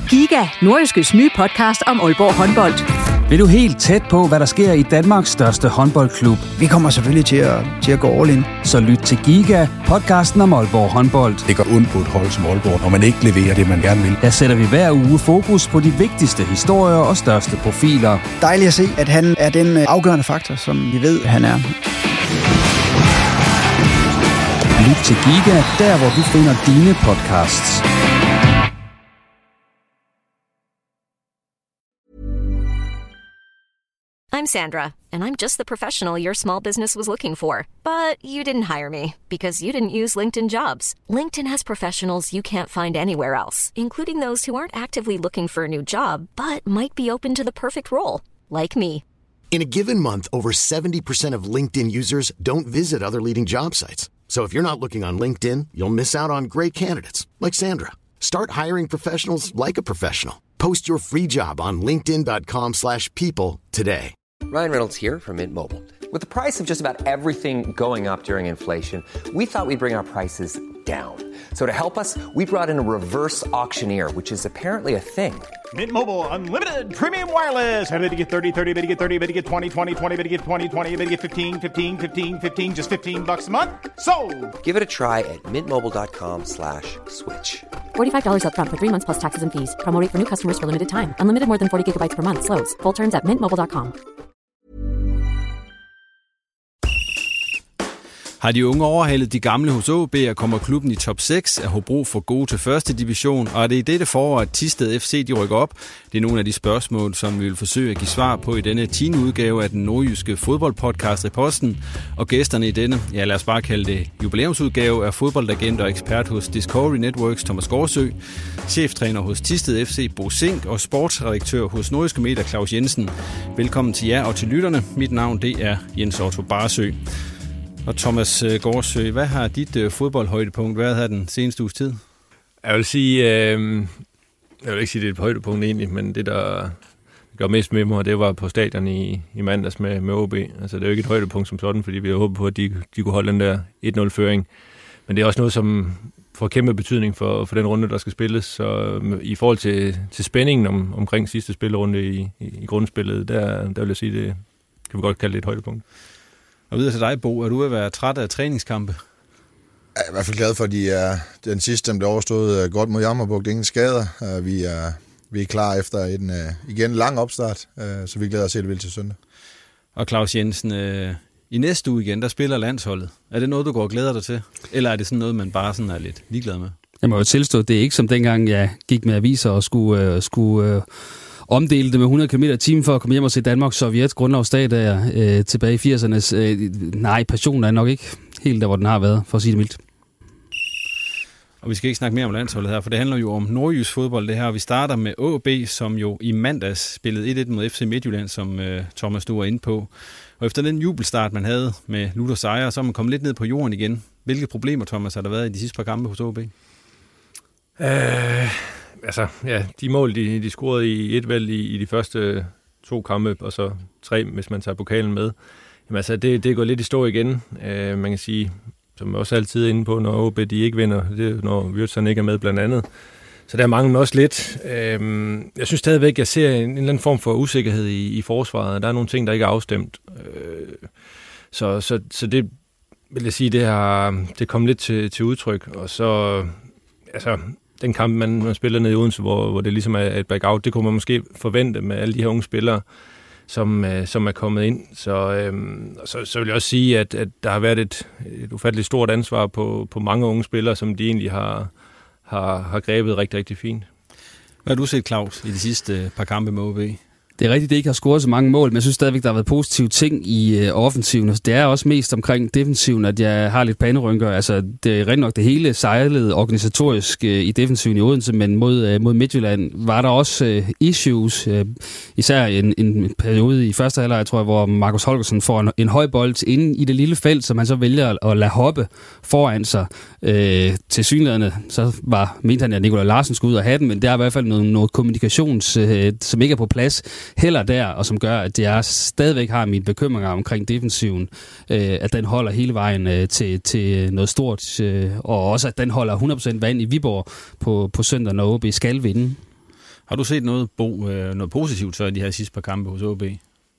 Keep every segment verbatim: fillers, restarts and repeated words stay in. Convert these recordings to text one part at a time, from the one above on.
Giga, Nordjyskes nye podcast om Aalborg håndbold. Vil du helt tæt på, hvad der sker i Danmarks største håndboldklub? Vi kommer selvfølgelig til at, til at gå all in. Så lyt til Giga, podcasten om Aalborg håndbold. Det går ondt på et hold som Aalborg, når man ikke leverer det, man gerne vil. Der sætter vi hver uge fokus på de vigtigste historier og største profiler. Dejligt at se, at han er den afgørende faktor, som vi ved, han er. Lyt til Giga, der hvor du finder dine podcasts. I'm Sandra, and I'm just the professional your small business was looking for. But you didn't hire me because you didn't use LinkedIn Jobs. LinkedIn has professionals you can't find anywhere else, including those who aren't actively looking for a new job, but might be open to the perfect role, like me. In a given month, over seventy percent of LinkedIn users don't visit other leading job sites. So if you're not looking on LinkedIn, you'll miss out on great candidates like Sandra. Start hiring professionals like a professional. Post your free job on linkedin dot com slash people today. Ryan Reynolds here from Mint Mobile. With the price of just about everything going up during inflation, we thought we'd bring our prices down. So to help us, we brought in a reverse auctioneer, which is apparently a thing. Mint Mobile Unlimited Premium Wireless. How to get thirty, thirty, how to get thirty, how to get twenty, twenty, twenty, how to get twenty, twenty, how to get fifteen, fifteen, fifteen, fifteen, just fifteen bucks a month? Sold! Give it a try at mintmobile.com slash switch. forty-five dollars up front for three months plus taxes and fees. Promo rate for new customers for limited time. Unlimited more than forty gigabytes per month. Slows full terms at mint mobile dot com. Har de unge overhalet de gamle hos A B, og kommer klubben i top seks, er Hobro for gode til første division, og er det i dette forår, at Thisted F C de rykker op? Det er nogle af de spørgsmål, som vi vil forsøge at give svar på i denne tiende udgave af den nordjyske fodboldpodcast Reposten. Og gæsterne i denne, ja lad os bare kalde det jubilæumsudgave, er fodboldagent og ekspert hos Discovery Networks Thomas Gårdsø, cheftræner hos Thisted F C Bo Zink og sportsredaktør hos Nordjyske Medier Claus Jensen. Velkommen til jer og til lytterne. Mit navn det er Jens Otto Barsø. Og Thomas Gårdsø, hvad har dit øh, fodboldhøjdepunkt været her den seneste uges tid? Jeg vil sige, øh, jeg vil ikke sige, det er et højdepunkt egentlig, men det, der gør mest med mig, det var på stadion i, i mandags med, med A B. Altså, det er jo ikke et højdepunkt som sådan, fordi vi havde håbet på, at de, de kunne holde den der et nul-føring. Men det er også noget, som får kæmpe betydning for, for den runde, der skal spilles. Så i forhold til, til spændingen om, omkring sidste spillerunde i, i, i grundspillet, der, der vil jeg sige, det kan vi godt kalde det et højdepunkt. Og videre til dig, Bo. Er du at være træt af træningskampe? Jeg er i hvert fald glad for, at de er, den sidste den blev overstået godt mod Jammerbugt. Ingen skader. Vi er, vi er klar efter en igen lang opstart, så vi glæder os helt vildt til søndag. Og Claus Jensen, øh, i næste uge igen, der spiller landsholdet. Er det noget, du går og glæder dig til? Eller er det sådan noget, man bare sådan er lidt ligeglad med? Jeg må jo tilstå, det er ikke som dengang, jeg gik med aviser og skulle... Øh, skulle øh omdelte det med hundrede kilometer i timen for at komme hjem og se Danmark-Sovjet grundlovsdag der øh, tilbage i firsernes. Øh, nej, passionen er nok ikke helt der, hvor den har været, for at sige det mildt. Og vi skal ikke snakke mere om landsholdet her, for det handler jo om nordjysk fodbold det her. Vi starter med A B, som jo i mandags spillede et et mod F C Midtjylland, som øh, Thomas du var inde på. Og efter den jubelstart, man havde med Luther sejre, så er man kommet lidt ned på jorden igen. Hvilke problemer, Thomas, har der været i de sidste par kampe hos A B? Øh... Altså, ja, de mål, de, de scorede i et valg i, i de første to kampe, og så tre, hvis man tager pokalen med. Jamen altså, det, det går lidt i stå igen. Uh, man kan sige, som også altid er inde på, når A B de ikke vinder, det er, når Wirtz ikke er med blandt andet. Så der mangler også lidt. Uh, jeg synes stadigvæk, jeg ser en, en eller anden form for usikkerhed i, i forsvaret. Der er nogle ting, der ikke er afstemt. Uh, så, så, så det vil jeg sige, det har det kom lidt til, til udtryk. Og så, altså... Den kamp, man, man spiller ned i Odense, hvor, hvor det ligesom er et back-out, det kunne man måske forvente med alle de her unge spillere, som, øh, som er kommet ind. Så, øh, så, så vil jeg også sige, at, at der har været et, et ufatteligt stort ansvar på, på mange unge spillere, som de egentlig har, har, har grebet rigtig, rigtig fint. Hvad har du set, Claus, i de sidste par kampe med A B? Det er rigtigt, det ikke har scoret så mange mål, men jeg synes stadigvæk, der har været positive ting i øh, offensiven. Det er også mest omkring defensiven, at jeg har lidt panerynker. Altså, det er rent nok det hele sejlede organisatorisk øh, i defensiven i Odense, men mod, øh, mod Midtjylland var der også øh, issues. Øh, især en, en periode i første halvleg, tror jeg, hvor Markus Holgersen får en, en høj bold inde i det lille felt, som han så vælger at, at lade hoppe foran sig. Øh, til synligheden, så var, mente han, at Nikolaj Larsen skulle ud og have den, men der er i hvert fald noget, noget kommunikations, øh, som ikke er på plads heller der, og som gør, at jeg stadigvæk har mine bekymringer omkring defensiven, øh, at den holder hele vejen øh, til, til noget stort, øh, og også at den holder hundrede procent vand i Viborg på, på søndag, når A B skal vinde. Har du set noget, Bo, noget positivt så i de her sidste par kampe hos O B?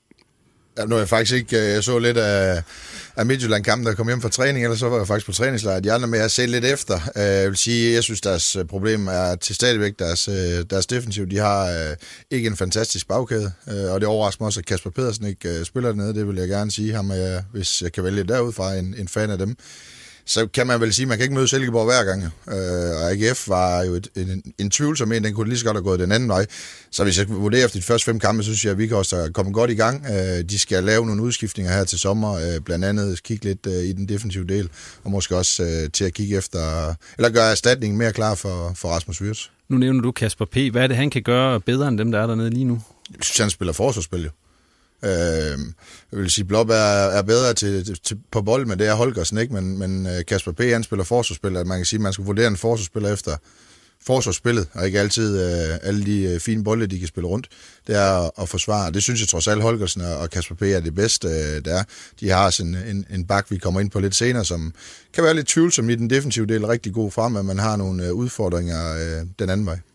Ja, nu er jeg faktisk ikke, jeg så lidt af, af Midtjylland-kampen, der kom hjem fra træning, eller så var jeg faktisk på træningslejr. De andre med at se lidt efter. Jeg vil sige, jeg synes, deres problem er til stadigvæk deres, deres defensiv. De har ikke en fantastisk bagkæde, og det overrasker mig også, at Kasper Pedersen ikke spiller dernede. Det vil jeg gerne sige ham, hvis jeg kan vælge derudfra, en, en fan af dem. Så kan man vel sige, at man kan ikke møde Silkeborg hver gang. Øh, og A G F var jo et, en, en tvivlsom en, den kunne lige så godt have gået den anden vej. Så hvis jeg vurderer efter de første fem kampe, så synes jeg, at vi også er kommet godt i gang. Øh, de skal lave nogle udskiftninger her til sommer, øh, blandt andet kigge lidt øh, i den defensive del, og måske også øh, til at kigge efter, eller gøre erstatningen mere klar for, for Rasmus Wirtz. Nu nævner du Kasper P. Hvad er det, han kan gøre bedre end dem, der er dernede lige nu? Jeg synes, han spiller forsvarsspil jo. Øh, jeg vil sige, Blob er, er bedre til, til, på bold, men det er Holgersen ikke, men, men Kasper P. han spiller forsvarsspiller, at man kan sige, at man skal vurdere en forsvarsspiller efter forsvarsspillet, og ikke altid øh, alle de øh, fine bolde, de kan spille rundt. Det er at, at forsvare. Det synes jeg trods alt, Holgersen og Kasper P. er det bedste, øh, der er. De har sådan en, en bak, vi kommer ind på lidt senere, som kan være lidt tvivlsom i den defensive del, rigtig god frem, at man har nogle øh, udfordringer øh, den anden vej.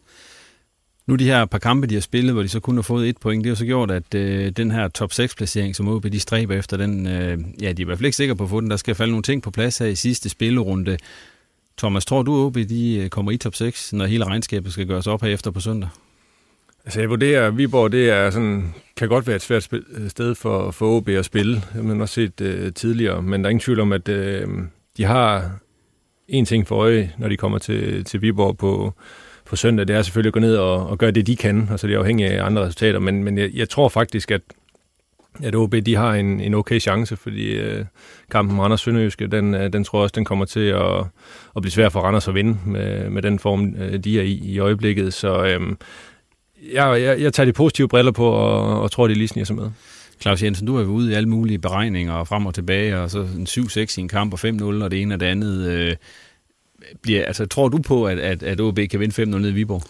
Nu de her par kampe, de har spillet, hvor de så kun har fået et point, det har så gjort, at øh, den her top seks-placering, som O B de stræber efter, den, øh, ja, de er i hvert fald ikke sikre på at få den. Der skal falde nogle ting på plads her i sidste spillerunde. Thomas, tror du, O B de kommer i top seks, når hele regnskabet skal gøres op her efter på søndag? Altså jeg vurderer, at Viborg det er sådan, kan godt være et svært spil, sted for, for O B at spille. Det har man også set øh, tidligere, men der er ingen tvivl om, at øh, de har en ting for øje, når de kommer til, til Viborg på på søndag, det er selvfølgelig at gå ned og, og gøre det, de kan, og så er det afhængigt af andre resultater, men, men jeg, jeg tror faktisk, at, at O B, de har en, en okay chance, fordi øh, kampen Randers Sønderjyske, den, den tror jeg også, den kommer til at, at blive svær for Randers at vinde med, med den form, de er i i øjeblikket, så øh, jeg, jeg, jeg tager de positive briller på, og, og tror, det lige sniger sig med. Claus Jensen, du er ude i alle mulige beregninger frem og tilbage, og så en syv seks i en kamp og fem nul, og det ene og det andet. Øh, bliver, altså, tror du på, at, at, at O B kan vinde fem nul ned i Viborg?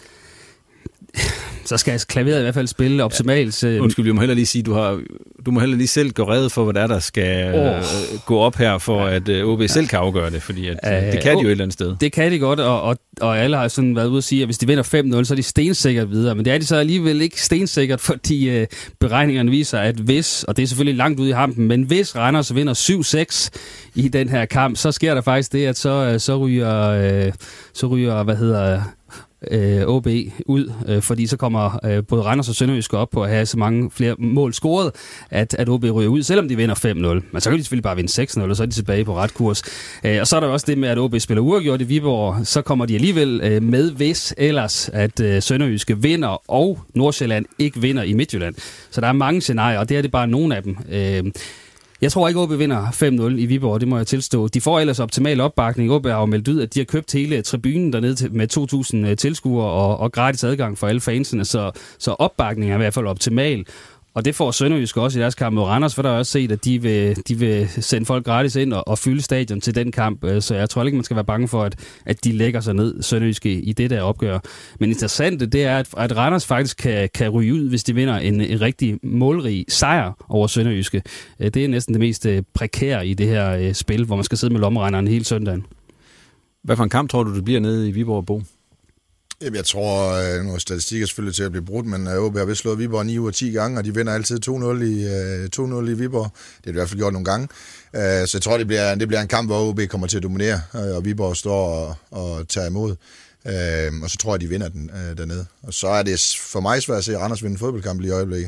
Så skal klaveret i hvert fald spille optimalt. Ja. Undskyld, jeg må heller lige sige, du har du må heller lige selv gå rede for, hvad der, der skal oh. øh, gå op her, for at øh, O B selv kan afgøre det, fordi at, uh, det kan de jo et eller andet sted. Det kan de godt, og, og, og alle har sådan været ude at sige, at hvis de vinder fem nul, så er de stensikkert videre, men det er de så alligevel ikke stensikkert, fordi øh, beregningerne viser, at hvis, og det er selvfølgelig langt ude i hampen, men hvis Randers vinder syv seks i den her kamp, så sker der faktisk det, at så, så ryger, øh, så ryger, hvad hedder Øh, O B ud, øh, fordi så kommer øh, både Randers og Sønderjyske op på at have så mange flere mål scoret, at, at O B ryger ud, selvom de vinder fem nul. Men så kan de selvfølgelig bare vinde seks nul, og så er de tilbage på ret kurs. Øh, og så er der også det med, at O B spiller uafgjort i Viborg, så kommer de alligevel øh, med, hvis ellers, at øh, Sønderjyske vinder, og Nordsjælland ikke vinder i Midtjylland. Så der er mange scenarier, og det er det bare nogle af dem. Øh, Jeg tror ikke, at O B vinder fem nul i Viborg, det må jeg tilstå. De får ellers optimal opbakning. O B har jo meldt ud, at de har købt hele tribunen dernede med to tusind tilskuere og, og gratis adgang for alle fansene, så, så opbakningen er i hvert fald optimal. Og det får Sønderjysk også i deres kamp mod Randers, for der har også set, at de vil, de vil sende folk gratis ind og, og fylde stadion til den kamp. Så jeg tror ikke, man skal være bange for, at, at de lægger sig ned, Sønderjysk, i det der opgør. Men interessant det er, at, at Randers faktisk kan, kan ryge ud, hvis de vinder en, en rigtig målrig sejr over Sønderjyske. Det er næsten det mest prekære i det her spil, hvor man skal sidde med lommeregneren hele søndagen. Hvad for en kamp tror du, det bliver nede i Viborg, Bo? Jeg tror, nu er statistikker selvfølgelig til at blive brudt, men O B har vist slået Viborg ni ud af ti gange, og de vinder altid to nul i, to nul i Viborg. Det er i hvert fald gjort nogle gange. Så jeg tror, det bliver, det bliver en kamp, hvor O B kommer til at dominere, og Viborg står og, og tager imod. Og så tror jeg, de vinder den dernede. Og så er det for mig svært at se Randers vinde fodboldkamp lige i øjeblikket.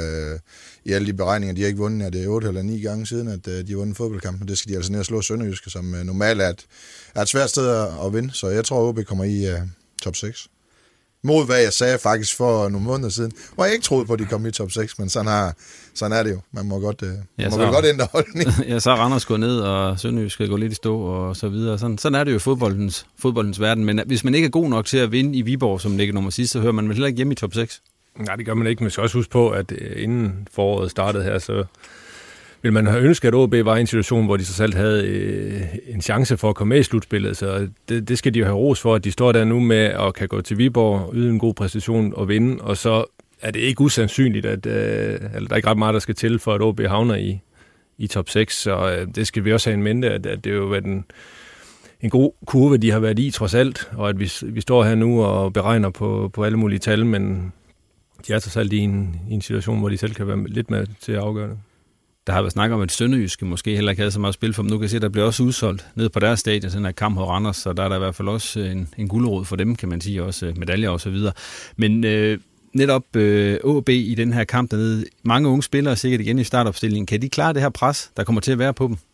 I alle de beregninger, de har ikke vundet, er det otte eller ni gange siden, at de har vundet fodboldkamp. Og det skal de altså ned og slå Sønderjyske, som normalt er et, er et svært sted at vinde. Så jeg tror, O B kommer i top seks. Mod hvad jeg sagde faktisk for nogle måneder siden, hvor jeg ikke troede på, at de kom i top seks, men sådan, har, sådan er det jo. Man må godt, ja, må så, godt ændre holdning. Ja, så er Randers gået ned, og Sønderjysk skal gå lidt i stå, og så videre. Sådan, sådan er det jo i fodboldens, fodboldens verden. Men hvis man ikke er god nok til at vinde i Viborg, som ligger nummer sidst, så hører man vel heller ikke hjemme i top seks? Nej, det gør man ikke. Man skal også huske på, at inden foråret startede her, så vil man have ønsket, at O B var i en situation, hvor de så selv havde øh, en chance for at komme med i slutspillet. Så det, det skal de jo have ros for, at de står der nu med og kan gå til Viborg, yde en god præstation og vinde. Og så er det ikke usandsynligt, at øh, eller der er ikke ret meget, der skal til, for at O B havner i, i top seks. Så øh, det skal vi også have en mente, at, at det er jo været en, en god kurve, de har været i trods alt, og at vi, vi står her nu og beregner på, på alle mulige tal, men de er trods alt i en, i en situation, hvor de selv kan være lidt med til at afgøre det. Der har været snak om, at Sønderjyske måske heller ikke havde så meget spil for dem. Nu kan jeg se, at der bliver også udsolgt ned på deres stadion, sådan en kamp hos Randers, så der er der i hvert fald også en, en gulerod for dem, kan man sige, også medaljer og så videre. Men øh, netop øh, O B i den her kamp dernede, mange unge spillere sikkert igen i startopstillingen, kan de klare det her pres, der kommer til at være på dem?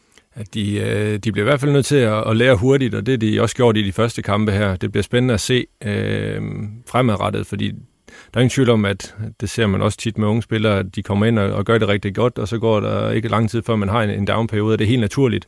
At de, øh, de bliver i hvert fald nødt til at, at lære hurtigt, og det er de også gjort i de første kampe her. Det bliver spændende at se øh, fremadrettet, fordi der er ingen tvivl om, at det ser man også tit med unge spillere, at de kommer ind og, og gør det rigtig godt, og så går der ikke lang tid før man har en, en down-periode, og det er helt naturligt.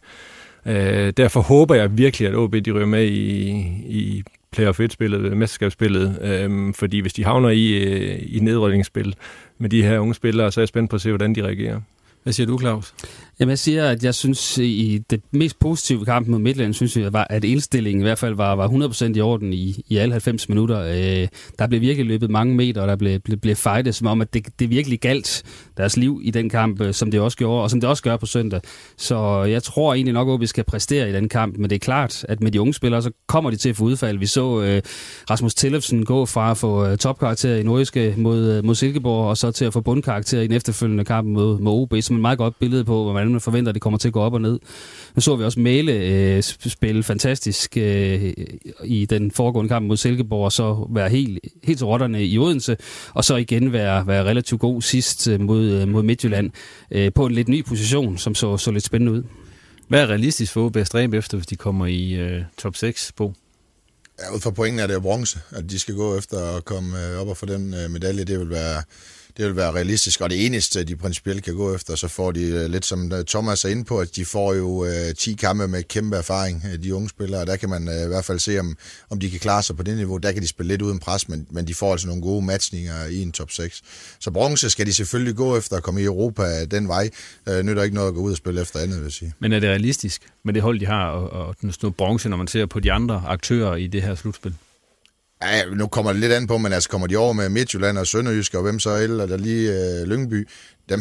Øh, derfor håber jeg virkelig, at O B de ryger med i, i playoff et-spillet, mesterskabsspillet, øh, fordi hvis de havner i, i nedrykningsspil med de her unge spillere, så er jeg spændt på at se, hvordan de reagerer. Hvad siger du, Claus? Jamen, jeg siger, at jeg synes, i det mest positive kamp mod Midtjylland, synes jeg, var, at indstillingen i hvert fald var, var hundrede procent i orden i, i alle halvfems minutter. Øh, der blev virkelig løbet mange meter, og der blev, blev, blev fightet, som om, at det, det virkelig galt deres liv i den kamp, som det også gjorde, og som det også gør på søndag. Så jeg tror egentlig nok, at vi skal præstere i den kamp, men det er klart, at med de unge spillere, så kommer de til at få udfald. Vi så øh, Rasmus Tillefsen gå fra at få øh, topkarakter i Nordjyske mod, mod Silkeborg, og så til at få bundkarakter i den efterfølgende kamp mod, mod O B, som et meget godt billede på, hvordan man forventer, at det kommer til at gå op og ned. Nu så vi også Mæle øh, spille fantastisk øh, i den foregående kamp mod Silkeborg, og så være helt, helt til rotterne i Odense, og så igen være, være relativt god sidst mod, mod Midtjylland øh, på en lidt ny position, som så, så lidt spændende ud. Hvad er realistisk for O B at stræbe efter, hvis de kommer i øh, top seks på? Ja, ud fra pointen er det jo bronze, at de skal gå efter at komme op og få den øh, medalje. Det vil være Det vil være realistisk, og det eneste, de principielt kan gå efter, så får de lidt som Thomas er inde på, at de får jo øh, ti kampe med kæmpe erfaring, de unge spillere, og der kan man øh, i hvert fald se, om, om de kan klare sig på det niveau. Der kan de spille lidt uden pres, men, men de får altså nogle gode matchninger i en top seks. Så bronze skal de selvfølgelig gå efter at komme i Europa den vej. Øh, nytter ikke noget at gå ud og spille efter andet, vil jeg sige. Men er det realistisk med det hold, de har, og, og den store bronze, når man ser på de andre aktører i det her slutspil? Ja, nu kommer det lidt an på, men altså kommer de over med Midtjylland og Sønderjysk, og hvem så eller der lige øh, Lyngby, dem,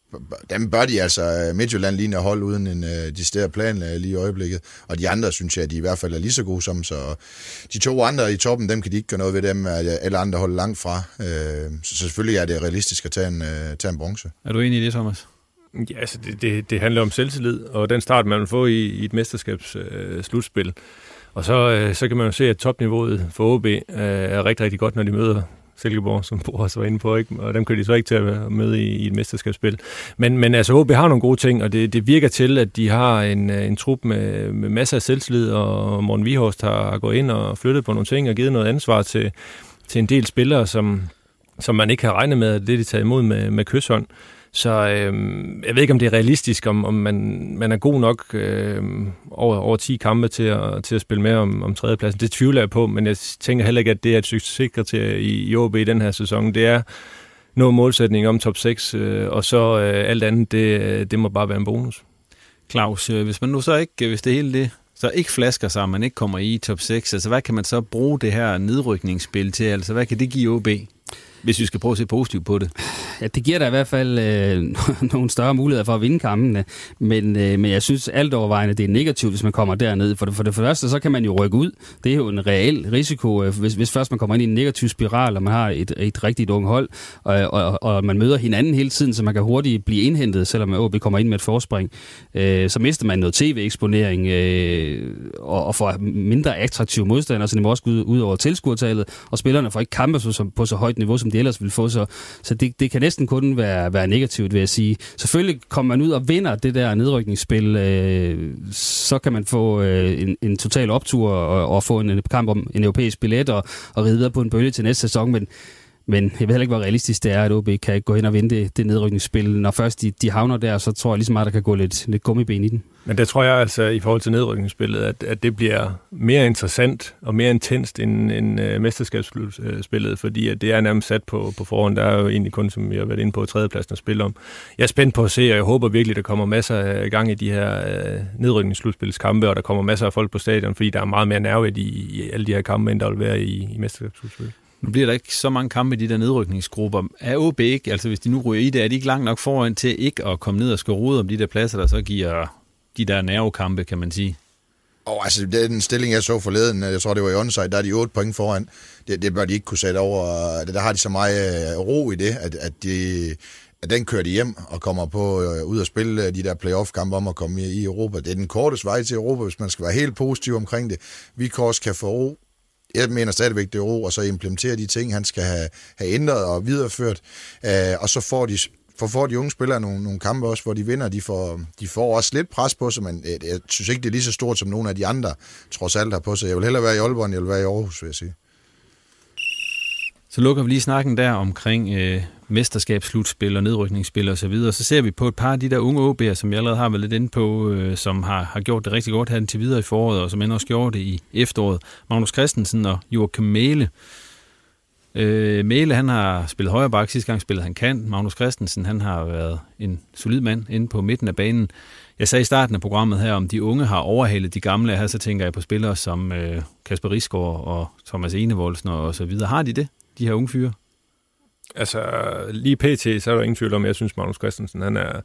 dem bør de altså Midtjylland lige hold uden en øh, decideret plan øh, lige i øjeblikket, og de andre synes jeg, at de i hvert fald er lige så gode som, så de to andre i toppen, dem kan de ikke gøre noget ved, dem er alle andre holde langt fra, øh, så selvfølgelig er det realistisk at tage en, øh, tage en bronze. Er du enig i det, Thomas? Ja, altså det, det, det handler om selvtillid, og den start, man vil få i, i et mesterskabsslutspil. Øh, Og så, øh, så kan man jo se, at topniveauet for O B øh, er rigtig, rigtig godt, når de møder Silkeborg, som Bo også var inde på, ikke? Og dem kan de så ikke til at være med i, i et mesterskabsspil. Men, men altså, O B har nogle gode ting, og det, det virker til, at de har en, en trup med, med masser af selvtillid, og Morten Vihorst har gået ind og flyttet på nogle ting og givet noget ansvar til, til en del spillere, som, som man ikke har regnet med, at det de tager imod med, med kysshånd. Så øh, jeg ved ikke, om det er realistisk, om, om man, man er god nok øh, over, over ti kampe til at, til at spille med om, om tredjepladsen. Det tvivler jeg på, men jeg tænker heller ikke, at det er et succeskriterie i, i O B i den her sæson. Det er nå målsætning om top seks, øh, og så øh, alt andet, det, det må bare være en bonus. Claus, hvis man nu så ikke, hvis det hele det så ikke flasker sig, man ikke kommer i top seks, altså hvad kan man så bruge det her nedrykningsspil til? Altså hvad kan det give O B? Hvis vi skal prøve at se positivt på det. Ja, det giver da i hvert fald øh, nogle større muligheder for at vinde kampene, men, øh, men jeg synes alt overvejende, det er negativt, hvis man kommer derned. For det, for det første, så kan man jo rykke ud. Det er jo en reel risiko, øh, hvis, hvis først man kommer ind i en negativ spiral, og man har et, et rigtigt ungt hold, og, og, og man møder hinanden hele tiden, så man kan hurtigt blive indhentet, selvom O B kommer ind med et forspring. Øh, så mister man noget tv-eksponering, øh, og, og får mindre attraktive modstandere, så det må også gå ud, ud over tilskuertallet, og spillerne får ikke kampe på, på så højt niveau, som de ellers ville få. Så, så det, det kan næsten kun være, være negativt, vil jeg sige. Selvfølgelig kommer man ud og vinder det der nedrykningsspil, øh, så kan man få øh, en, en total optur og, og få en kamp om en europæisk billet og, og ride videre på en bølge til næste sæson, men Men jeg ved heller ikke, hvor realistisk det er, at O B kan gå ind og vinde det, det nedrykningsspil. Når først de, de havner der, så tror jeg lige så meget, der kan gå lidt, lidt gummiben i den. Men der tror jeg altså, i forhold til nedrykningsspillet, at, at det bliver mere interessant og mere intenst end, end uh, mesterskabsspillet, fordi at det er nærmest sat på, på forhånd. Der er jo egentlig kun, som vi har været inde på, tredjepladsen at spille om. Jeg er spændt på at se, og jeg håber virkelig, der kommer masser af gang i de her uh, nedrykningsslutspilskampe, og der kommer masser af folk på stadion, fordi der er meget mere nerve i, i alle de her kampe, end der vil være i, i mesterskabsslutspillet. Nu bliver der ikke så mange kampe i de der nedrykningsgrupper. Er O B ikke, altså hvis de nu ryger i det, er de ikke langt nok foran til ikke at komme ned og skal rode om de der pladser, der så giver de der nervekampe, kan man sige? Og altså, den stilling, jeg så forleden, jeg tror, det var i onside, der er de otte point foran. Det, det bør de ikke kunne sætte over. Der har de så meget ro i det, at, at, de, at den kører de hjem og kommer på uh, ud og spille de der playoff-kampe om at komme i, i Europa. Det er den korteste vej til Europa, hvis man skal være helt positiv omkring det. Vi kan kan få ro. Jeg mener stadigvæk, det er ro, og så implementere de ting, han skal have, have ændret og videreført. Uh, og så får de... For får de unge spillere nogle, nogle kampe også, hvor de vinder, de får, de får også lidt pres på sig, men jeg synes ikke, det er lige så stort, som nogle af de andre trods alt har på sig. Jeg vil hellere være i Aalborg, end jeg vil være i Aarhus, vil jeg sige. Så lukker vi lige snakken der omkring øh, mesterskabsslutspil og nedrykningsspil og så videre. Så ser vi på et par af de der unge O B'er, som jeg allerede har været lidt inde på, øh, som har, har gjort det rigtig godt her til videre i foråret, og som endnu også gjorde det i efteråret. Magnus Christensen og Joachim Mæhle. Øh, Mæhle, han har spillet højre bak, sidste gang spillede han kant. Magnus Christensen, han har været en solid mand inde på midten af banen. Jeg sagde i starten af programmet her, om de unge har overhalet de gamle. Her så tænker jeg på spillere som øh, Kasper Risgaard og Thomas Enevoldsen og så videre. Har de det, de her unge fyre? Altså, lige pt, så er der ingen tvivl om, jeg synes, Magnus Christensen, han er,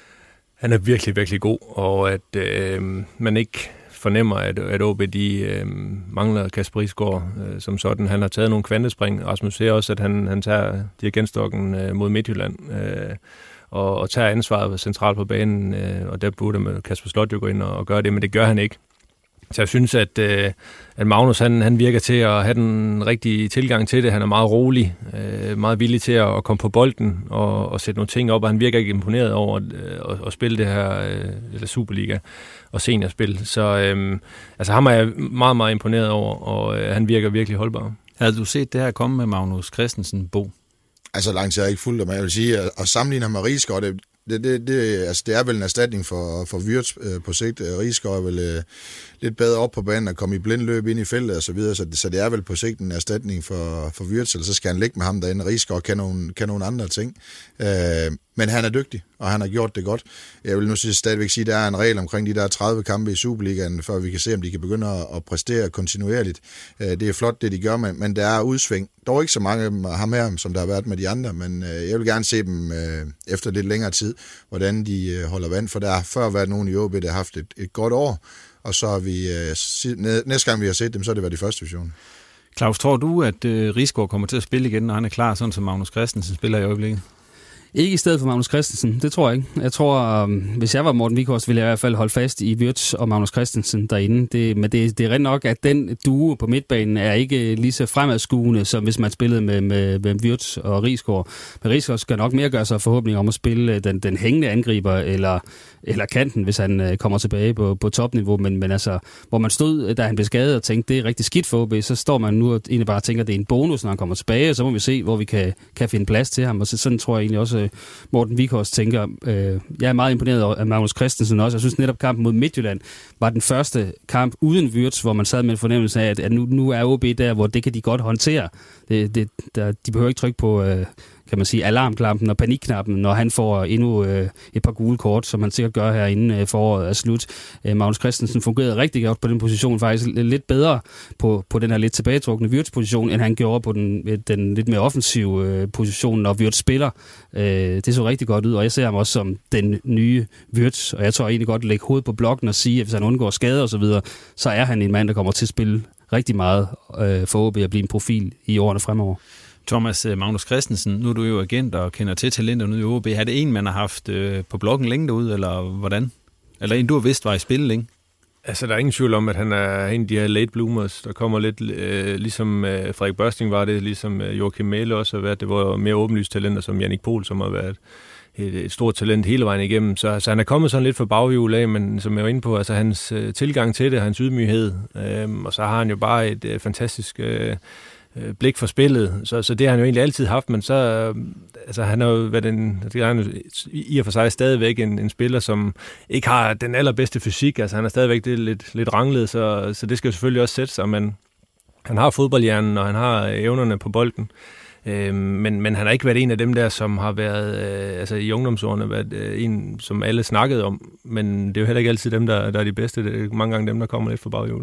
han er virkelig, virkelig god, og at øh, man ikke fornemmer, at, at O B, de øh, mangler Kasper Risgaard øh, som sådan. Han har taget nogle kvantespring. Rasmus ser også, at han, han tager dirigentstokken øh, mod Midtjylland øh, og, og tager ansvaret centralt på banen, øh, og der burde med Kasper Slot jo gå ind og, og gøre det, men det gør han ikke. Så jeg synes, at, øh, at Magnus han, han virker til at have den rigtige tilgang til det. Han er meget rolig, øh, meget villig til at, at komme på bolden og, og sætte nogle ting op, og han virker ikke imponeret over øh, at, at spille det her øh, eller Superliga og seniorspil. Så øh, altså, ham er jeg meget, meget imponeret over, og øh, han virker virkelig holdbar. Havde du set det her komme med Magnus Christensen, Bo? Altså langt jeg ikke fuldt, men jeg vil sige, at, at sammenligne ham med Risgaard, det, det, det, det, altså, det er vel en erstatning for, for Wirtz øh, på sigt. Risgaard er vel øh, lidt bedre op på banen og komme i blindløb ind i feltet og så videre, så det, så det er vel på sigt en erstatning for, for Wirtz, eller så skal han ligge med ham derinde. Risgaard kan nogle, kan nogle andre ting. Øh, men han er dygtig, og han har gjort det godt. Jeg vil nu stadigvæk sige, at der er en regel omkring de der tredive kampe i Superligaen, før vi kan se, om de kan begynde at, at præstere kontinuerligt. Øh, det er flot, det de gør, men, men der er udsving. Dog ikke så mange af ham her, som der har været med de andre, men øh, jeg vil gerne se dem øh, efter lidt længere tid, hvordan de øh, holder vand, for der har før været nogen i O B, der har haft et, et godt år, og så har vi, øh, næste gang vi har set dem, så har det været i første division. Claus, tror du, at øh, Risgaard kommer til at spille igen, når han er klar, sådan som Magnus Christensen spiller i øjeblikket? Ikke i stedet for Magnus Christensen, det tror jeg ikke. Jeg tror, um, hvis jeg var Morten Vikhorst, ville jeg i hvert fald holde fast i Wirtz og Magnus Christensen derinde. Det, men det, det er rent nok, at den duo på midtbanen er ikke lige så fremadskuende, som hvis man spillede med, med, med Wirtz og Risgaard. Men Risgaard skal nok mere gøre sig forhåbning om at spille den, den hængende angriber eller, eller kanten, hvis han uh, kommer tilbage på, på topniveau. Men, men altså, hvor man stod, da han blev skadet og tænkte, det er rigtig skidt for O B, så står man nu og egentlig bare og tænker, at det er en bonus, når han kommer tilbage, og så må vi se, hvor vi kan, kan finde plads til ham. Og så, sådan tror jeg egentlig også, Morten Vikhorst tænker, øh, jeg er meget imponeret af Magnus Christensen også. Jeg synes netop kampen mod Midtjylland var den første kamp uden Wirtz, hvor man sad med en fornemmelse af, at nu, nu er O B der, hvor det kan de godt håndtere. Det, det, der, de behøver ikke trykke på, øh, kan man sige, alarmknappen og panikknappen, når han får endnu øh, et par gule kort, som han sikkert gør her inden øh, foråret er slut. Øh, Magnus Christensen fungerede rigtig godt på den position, faktisk lidt bedre på, på den her lidt tilbagetrukne Wirtz-position, end han gjorde på den, den lidt mere offensive øh, position, når Wirtz spiller. Øh, det så rigtig godt ud, og jeg ser ham også som den nye Wirtz, og jeg tror egentlig godt at lægge hovedet på blokken og sige, at hvis han undgår skader og så videre, så er han en mand, der kommer til at spille rigtig meget øh, for O B at blive en profil i årene fremover. Thomas, Magnus Christensen, nu er du jo agent og kender til talenter nu i O B. Er det en, man har haft øh, på bloggen længe derude, eller hvordan? Eller en, du har vidst var i spil længe? Altså, der er ingen tvivl om, at han er en af de her late bloomers, der kommer lidt, øh, ligesom øh, Frederik Børsting var det, ligesom øh, Joachim Mæhle også har været. Det var mere åbenlyst talenter, som Jannik Pohl, som har været et, et stort talent hele vejen igennem. Så altså, han er kommet sådan lidt for baghjul af, men som jeg var inde på, altså hans øh, tilgang til det, hans ydmyghed, øh, og så har han jo bare et øh, fantastisk øh, blik for spillet, så, så det har han jo egentlig altid haft, men så, altså han har jo været en, det er han i og for sig stadigvæk en, en spiller, som ikke har den allerbedste fysik, altså han er stadigvæk det lidt, lidt ranglet, så, så det skal jo selvfølgelig også sætte sig, men han har fodboldhjernen, og han har evnerne på bolden, øh, men, men han har ikke været en af dem der, som har været, øh, altså i ungdomsårene, været øh, en, som alle snakkede om, men det er jo heller ikke altid dem, der, der er de bedste, det er mange gange dem, der kommer lidt for baghjulet.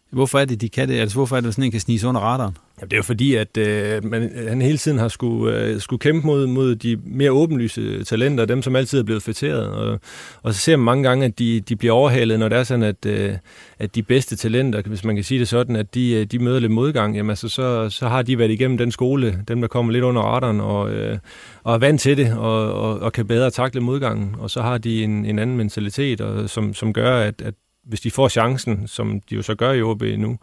Hvorfor er det, de kan det? Altså, hvorfor er det, sådan en kan snige sig under radaren? Ja, det er jo fordi, at øh, man, han hele tiden har skulle, øh, skulle kæmpe mod, mod de mere åbenlyse talenter, dem som altid er blevet fætteret. Og, og så ser man mange gange, at de, de bliver overhalet, når det er sådan, at, øh, at de bedste talenter, hvis man kan sige det sådan, at de, de møder lidt modgang. Jamen, altså, så, så har de været igennem den skole, dem der kommer lidt under radaren, og, øh, og er vant til det, og, og, og kan bedre takle modgangen. Og så har de en, en anden mentalitet, og, som, som gør, at, at hvis de får chancen, som de jo så gør i O B nu,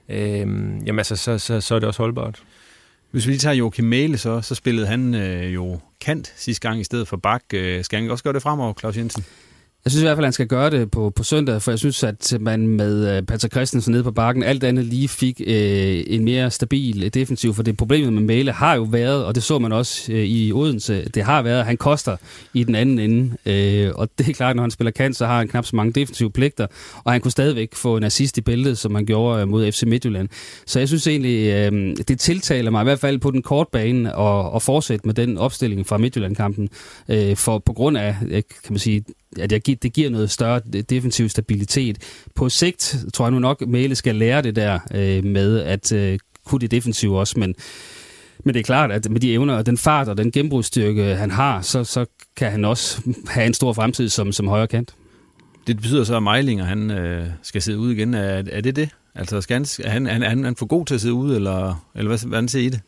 Øhm, jamen altså, så, så, så er det også holdbart. Hvis vi lige tager Joachim Mæhle, så, så spillede han øh, jo kant sidste gang i stedet for bak. Øh, skal han også gøre det fremover, Claus Jensen? Jeg synes i hvert fald, at han skal gøre det på, på søndag, for jeg synes, at man med Patrick Christensen nede på bakken, alt andet lige fik øh, en mere stabil defensiv, for det problemet med Mæhle har jo været, og det så man også øh, i Odense, det har været, at han koster i den anden ende, øh, og det er klart, når han spiller kant, så har han knap så mange defensive pligter, og han kunne stadigvæk få en assist i bæltet, som han gjorde mod F C Midtjylland. Så jeg synes egentlig, øh, det tiltaler mig i hvert fald på den korte bane at, at fortsætte med den opstilling fra Midtjylland-kampen, øh, for på grund af, kan man sige, at det giver noget større defensiv stabilitet. På sigt tror jeg nu nok, Mæhle skal lære det der øh, med at øh, kunne det defensive også, men, men det er klart, at med de evner og den fart og den gennembrudstyrke, han har, så, så kan han også have en stor fremtid som, som højre kant. Det betyder så, at Meilinger han, øh, skal sidde ude igen. Er, er det det? Altså, skal han, er han, han, han for god til at sidde ude, eller, eller hvad, hvordan ser I det?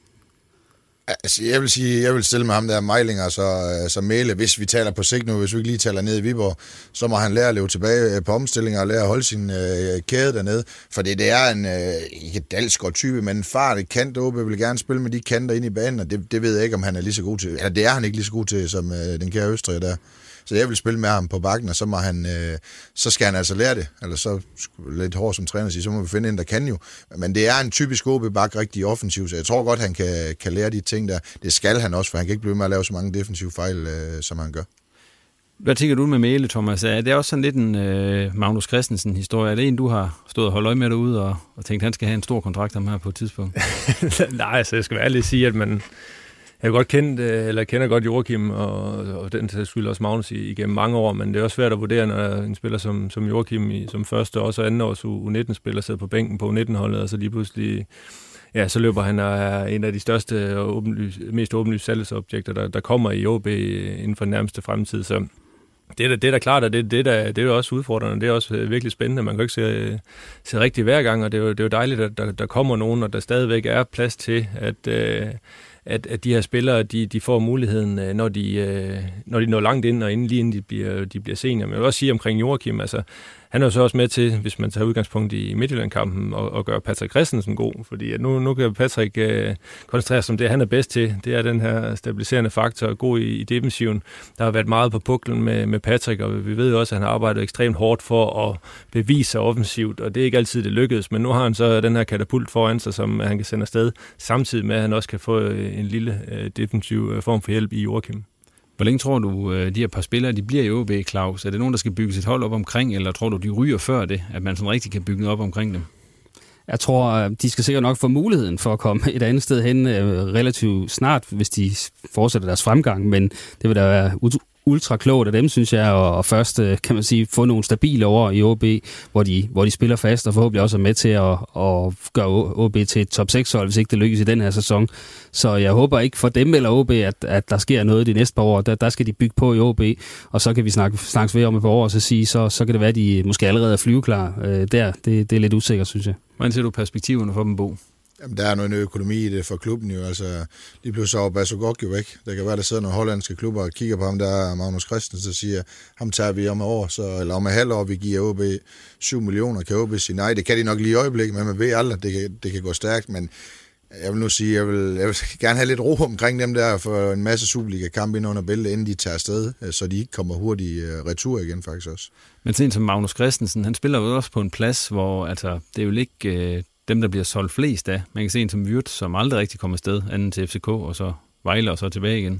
Altså, jeg vil sige, jeg vil stille med ham der Meilinger, så, så Mæhle, hvis vi taler på sigt nu, hvis vi ikke lige taler ned i Viborg, så må han lære at leve tilbage på omstillinger og lære at holde sin øh, kæde dernede, for det, det er en, øh, ikke dalsgård type, men en fart, et kant, O B vil gerne spille med de kanter ind i banen, og det, det ved jeg ikke, om han er lige så god til, eller det er han ikke lige så god til, som øh, den kære Østrig der. Så jeg vil spille med ham på bakken, og så, må han, øh, så skal han altså lære det. Eller så lidt hård som træner siger, så må vi finde en, der kan jo. Men det er en typisk O B-bak, rigtig offensiv, så jeg tror godt, han kan, kan lære de ting der. Det skal han også, for han kan ikke blive med at lave så mange defensive fejl, øh, som han gør. Hvad tænker du med Mæhle, Thomas? Er det også sådan lidt en øh, Magnus Christensen-historie? Er det en, du har stået og holdt øje med derude og, og tænkt, han skal have en stor kontrakt om her på et tidspunkt? Nej, altså jeg skal være ærlig at sige, at man... Jeg godt kendt, eller kender godt Joachim, og, og den sags skyld også Magnus igennem mange år, men det er også svært at vurdere, når en spiller som, som Joachim i, som første og også anden års U nitten-spiller sidder på bænken på U nitten-holdet, og så lige pludselig, ja, så løber han og er en af de største og åbenlys, mest åbenlyse salgsobjekter, der, der kommer i O B inden for den nærmeste fremtid. Så det er da, det er da klart, og det, det, er da, det er også udfordrende. Det er også virkelig spændende. Man kan jo ikke se, se rigtigt hver gang, og det er jo, det er jo dejligt, at der, der kommer nogen, og der stadigvæk er plads til, at... Øh, At, at de her spillere, de, de får muligheden, når de, når de når langt ind, og inden, lige inden de bliver, de bliver senior. Men jeg vil også sige omkring Joachim, altså, han er jo så også med til, hvis man tager udgangspunkt i Midtjylland-kampen, og, og gøre Patrick Christensen god, fordi at nu, nu kan Patrick øh, koncentrere sig om det, han er bedst til. Det er den her stabiliserende faktor, god i, i defensiven. Der har været meget på puklen med, med Patrick, og vi ved jo også, at han har arbejdet ekstremt hårdt for at bevise sig offensivt, og det er ikke altid, det lykkedes, men nu har han så den her katapult foran sig, som han kan sende afsted, samtidig med, at han også kan få en lille øh, defensiv form for hjælp i Joachim. Hvor længe tror du, de her par spillere, de bliver i O B, Claus? Er det nogen, der skal bygge sit hold op omkring, eller tror du, de ryger før det, at man sådan rigtig kan bygge noget op omkring dem? Jeg tror, de skal sikkert nok få muligheden for at komme et andet sted hen relativt snart, hvis de fortsætter deres fremgang, men det vil da være ultra klogt af dem, synes jeg, og først, kan man sige, få nogle stabile år i O B, hvor de, hvor de spiller fast, og forhåbentlig også er med til at, at gøre O B til et top seks-hold, hvis ikke det lykkes i den her sæson. Så jeg håber ikke for dem eller O B, at, at der sker noget de næste par år. Der, der skal de bygge på i O B, og så kan vi snakke, snakkes ved om et par år, og så sige, så, så kan det være, at de måske allerede er flyveklar øh, der. Det, det er lidt usikkert, synes jeg. Hvordan ser du perspektiverne for dem, Bo? Jamen, der er noget økonomi i det for klubben jo, altså lige pludselig så er Basogok jo væk. Der kan være, der sidder nogle hollandske klubber og kigger på ham, der er Magnus Christensen, så siger, ham tager vi om et år, så, eller om et halvt år, vi giver O B syv millioner, kan O B sige nej, det kan de nok lige i øjeblikket, men man ved aldrig, det kan, det kan gå stærkt, men jeg vil nu sige, jeg vil, jeg vil gerne have lidt ro omkring dem der, for en masse Superliga-kamp ind under bæltet, inden de tager afsted, så de ikke kommer hurtigt retur igen faktisk også. Men sådan som Magnus Christensen, han spiller jo også på en plads, hvor altså, det er jo ikke øh, dem, der bliver solgt flest af. Man kan se en som Vyrt, som aldrig rigtig kommer afsted, anden til F C K, og så Vejle, og så tilbage igen.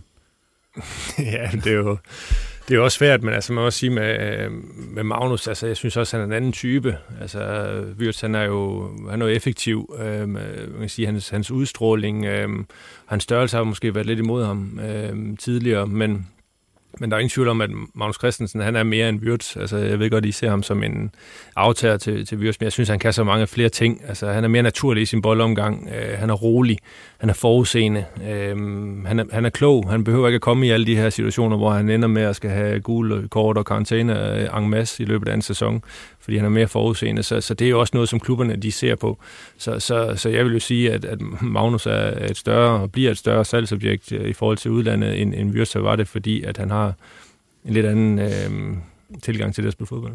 Ja, det er jo... Det er jo også svært, men altså man må også sige med, med Magnus, altså jeg synes også, han er en anden type. Altså Wirtz, han er jo, han er jo effektiv. Øh, man kan sige, hans, hans udstråling, øh, hans størrelse har måske været lidt imod ham øh, tidligere, men, Men der er ingen tvivl om, at Magnus Christensen, han er mere end Wirtz. Altså, jeg ved godt, at I ser ham som en aftager til, til Wirtz, men jeg synes, han kan så mange flere ting. Altså, han er mere naturlig i sin boldomgang. Øh, han er rolig. Han er forudseende. Øh, han, er, han er klog. Han behøver ikke at komme i alle de her situationer, hvor han ender med at skal have gule kort og karantæne en masse i løbet af en sæson, fordi han er mere forudseende. Så, så det er jo også noget, som klubberne de ser på. Så, så, så jeg vil jo sige, at, at Magnus er et større og bliver et større salgsobjekt i forhold til udlandet, end, end Wirtz var det, fordi at han har en lidt anden øh, tilgang til det at spille fodbold.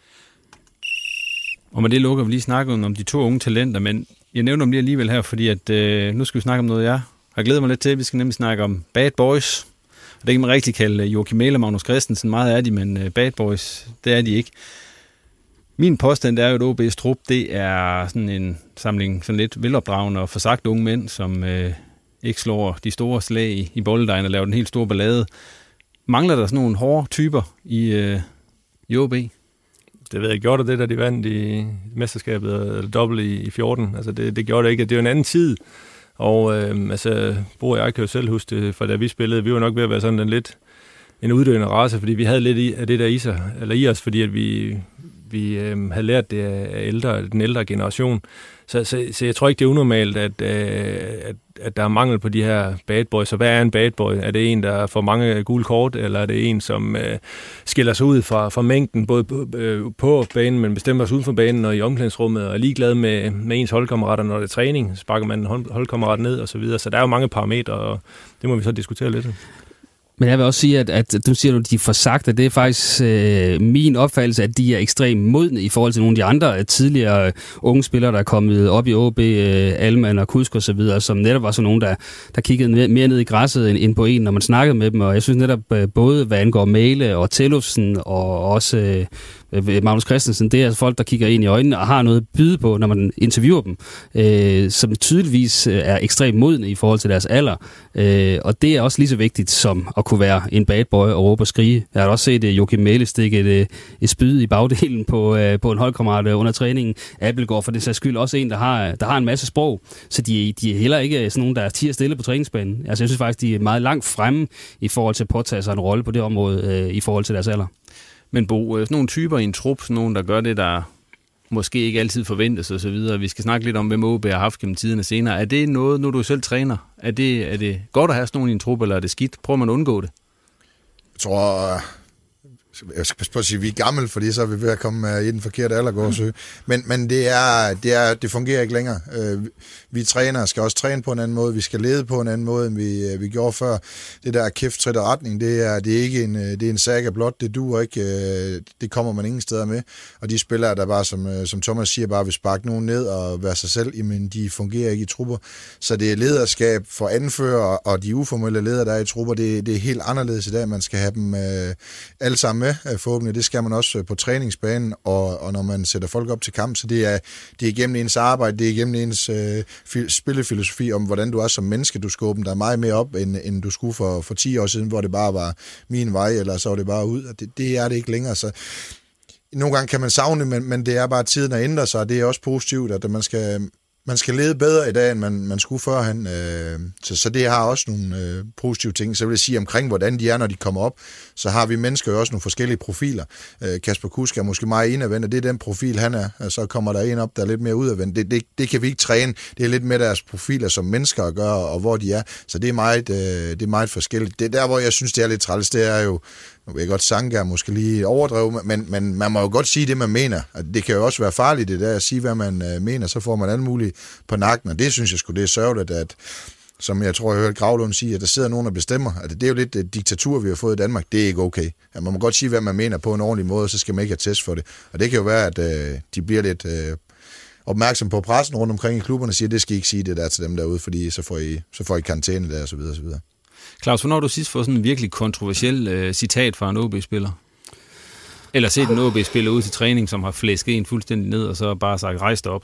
Og med det lukker vi lige snakke om de to unge talenter, men jeg nævner dem lige alligevel her, fordi at, øh, nu skal vi snakke om noget, jeg har glædet mig lidt til. Vi skal nemlig snakke om Bad Boys. Og det kan man rigtig kalde Joachim Mähle og Magnus Christensen. Meget er de, men øh, Bad Boys, det er de ikke. Min påstand er jo, at O B's trup, det er sådan en samling sådan lidt velopdragende og forsagt unge mænd, som øh, ikke slår de store slag i, i bolledejen og laver den helt store ballade. Mangler der sådan nogle hårde typer i, øh, i O B? Det ved jeg, gjorde det, da de vandt i mesterskabet, eller dobbelt i, i fjorten. Altså det, det gjorde det ikke. Det er jo en anden tid. Og øh, altså, Bo og jeg kan jo selv huske det, for da vi spillede, vi var nok ved at være sådan en lidt en uddøende race, fordi vi havde lidt i, af det der i, sig, eller i os, fordi at vi, vi øh, havde lært det af ældre, den ældre generation. Så, så, så jeg tror ikke, det er unormalt, at, øh, at, at der er mangel på de her bad boys. Så hvad er en bad boy? Er det en, der får mange gule kort, eller er det en, som øh, skiller sig ud fra, fra mængden, både på, øh, på banen, men bestemmer sig uden for banen og i omklædningsrummet, og er ligeglad med, med ens holdkammerater, når det er træning, sparker man en hold, holdkammerat ned og så videre. Så der er jo mange parametre, og det må vi så diskutere lidt. Men jeg vil også sige, at, at du siger, at de er forsagte. Det er faktisk øh, min opfattelse, at de er ekstremt modne i forhold til nogle af de andre tidligere unge spillere, der er kommet op i O B, øh, Alman og Kusk og så videre, som netop var sådan nogen, der, der kiggede mere ned i græsset end, end på en, når man snakkede med dem. Og jeg synes netop, både hvad angår Mähle og Tellufsen og også øh, Magnus Christensen, det er folk, der kigger ind i øjnene og har noget at byde på, når man interviewer dem, øh, som tydeligvis er ekstremt modne i forhold til deres alder. Øh, og det er også lige så vigtigt som at kunne være en bad boy og råbe og skrige. Jeg har også set uh, Joachim Mähle stikke et, et spyd i bagdelen på, uh, på en holdkammerat under træningen. Appelgaard for det sags skyld også en, der har, der har en masse sprog, så de, de er heller ikke sådan nogen, der er tier stille på træningsbanen. Altså jeg synes faktisk, de er meget langt fremme i forhold til at påtage sig en rolle på det område uh, i forhold til deres alder. Men Bo, sådan nogle typer i en trup, sådan nogle, der gør det, der måske ikke altid forventes og så videre. Vi skal snakke lidt om, hvem O B har haft gennem tiderne senere. Er det noget, nu du selv træner? Er det, er det godt at have sådan nogle i en trup, eller er det skidt? Prøver man at undgå det? Jeg tror, jeg skal passe på at sige, at vi er gamle, fordi så er vi ved at komme i den forkerte alder, gå og søge. Men, men det, er, det, er, det fungerer ikke længere. Vi trænere skal også træne på en anden måde, vi skal lede på en anden måde, end vi, vi gjorde før. Det der kæft, træt og retning, det er, det er ikke en, det er en saga blot, det duer ikke, det kommer man ingen steder med. Og de spillere, der bare, som, som Thomas siger, bare vil sparke nogen ned og være sig selv, men de fungerer ikke i trupper. Så det er lederskab for anfører, og de uformelle ledere, der er i trupper, det, det er helt anderledes i dag. Man skal have dem øh, alle sammen med, forhåbentlig. Det skal man også på træningsbanen, og, og når man sætter folk op til kamp, så det er, det er igennem ens arbejde, det er igennem ens øh, spillefilosofi om, hvordan du er som menneske. Du skal åbne dig meget mere op, end, end du skulle for, for ti år siden, hvor det bare var min vej, eller så var det bare ud. Det, det er det ikke længere, så nogle gange kan man savne det, men, men det er bare tiden at ændre sig, og det er også positivt, at man skal, man skal lede bedre i dag, end man, man skulle førhen. Øh, så, så det har også nogle øh, positive ting. Så vil jeg sige omkring, hvordan de er, når de kommer op, så har vi mennesker jo også nogle forskellige profiler. Øh, Kasper Kusk er måske meget indadvendt, og det er den profil, han er. Og så kommer der en op, der er lidt mere udadvendt. Det, det, det kan vi ikke træne. Det er lidt med deres profiler som mennesker at gøre, og hvor de er. Så det er meget, øh, det er meget forskelligt. Det der, hvor jeg synes, det er lidt træls, det er jo, nu vil jeg godt Sanka måske lige overdrive, men, men man må jo godt sige det, man mener. Det kan jo også være farligt, det der at sige, hvad man øh, mener, så får man alt muligt på nakken, og det synes jeg sgu, det er sørgeligt, at, som jeg tror, jeg hørte Gravlund sige, at der sidder nogen, der bestemmer, at det er jo lidt et diktatur, vi har fået i Danmark, det er ikke okay. Ja, man må godt sige, hvad man mener på en ordentlig måde, så skal man ikke have test for det. Og det kan jo være, at øh, de bliver lidt øh, opmærksom på pressen rundt omkring i klubberne, og siger, det skal I ikke sige det der til dem derude, fordi så får I, så får I karantæne der, og så videre, og så videre. Claus, hvornår du sidst får sådan en virkelig kontroversiel øh, citat fra en O B-spiller? Eller set en O B-spiller ud til træning, som har flæsket en fuldstændig ned, og så bare sagt, rejs dig op?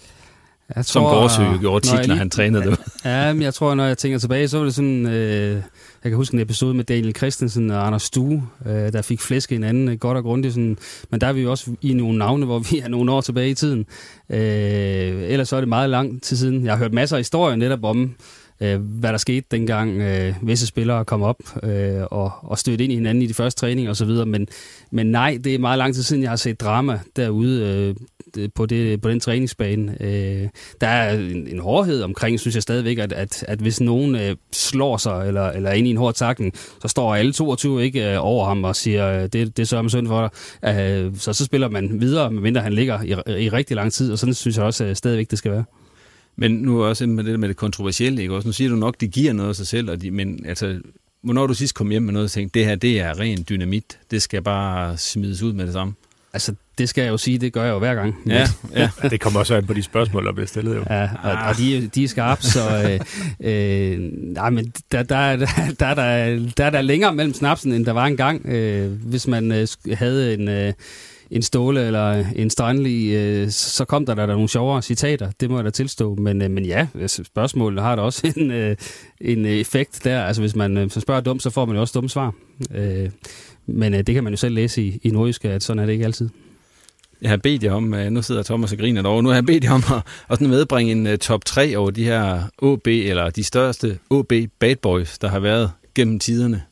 Jeg som Gårdsø jo gjorde tit, når lige, han trænede det. Ja, men jeg tror, når jeg tænker tilbage, så var det sådan, øh, jeg kan huske en episode med Daniel Christensen og Anders Stue, øh, der fik flæsket hinanden godt og grundigt. Sådan, men der er vi jo også i nogle navne, hvor vi er nogle år tilbage i tiden. Øh, ellers så er det meget lang tid siden. Jeg har hørt masser af historier netop om, øh, hvad der skete dengang øh, visse spillere kom op øh, og, og stødte ind i hinanden i de første træninger osv., men, men nej, det er meget lang tid siden, jeg har set drama derude øh, på, det, på den træningsbane. Øh, der er en, en hårdhed omkring, synes jeg stadigvæk, at, at, at hvis nogen øh, slår sig eller, eller er inde i en hård tackling, så står alle toogtyve ikke øh, over ham og siger, det, det sørger man synd for dig. Øh, så så spiller man videre, medmindre han ligger i, i rigtig lang tid, og sådan synes jeg også øh, stadigvæk, det skal være. Men nu også med det med det kontroversielle, ikke? Også nu siger du nok, det giver noget af sig selv, og de, men altså, hvornår du sidst kom hjem med noget og tænkte, det her, det er ren dynamit, det skal bare smides ud med det samme? Altså, det skal jeg jo sige, det gør jeg jo hver gang. Ja, ja. Det kommer også an på de spørgsmål, der bliver stillet jo. Ja, og, og de, de er skarpe, så øh, øh, nej, men der, der, der, der, der, der er der længere mellem snapsen, end der var engang. Øh, hvis man øh, havde en... Øh, en Ståle eller en Strandli, øh, så kom der der nogle sjovere citater, det må jeg da tilstå. Men, øh, men ja, spørgsmålet har da også en, øh, en effekt der. Altså hvis man øh, spørger dumt, så får man jo også dumme svar. Øh, men øh, det kan man jo selv læse i, i Nordjyske, at sådan er det ikke altid. Jeg har bedt jer om, nu sidder Thomas og griner derovre, nu har jeg bedt jer om at, at sådan medbringe en uh, top tre over de her O B, eller de største O B bad boys, der har været gennem tiderne.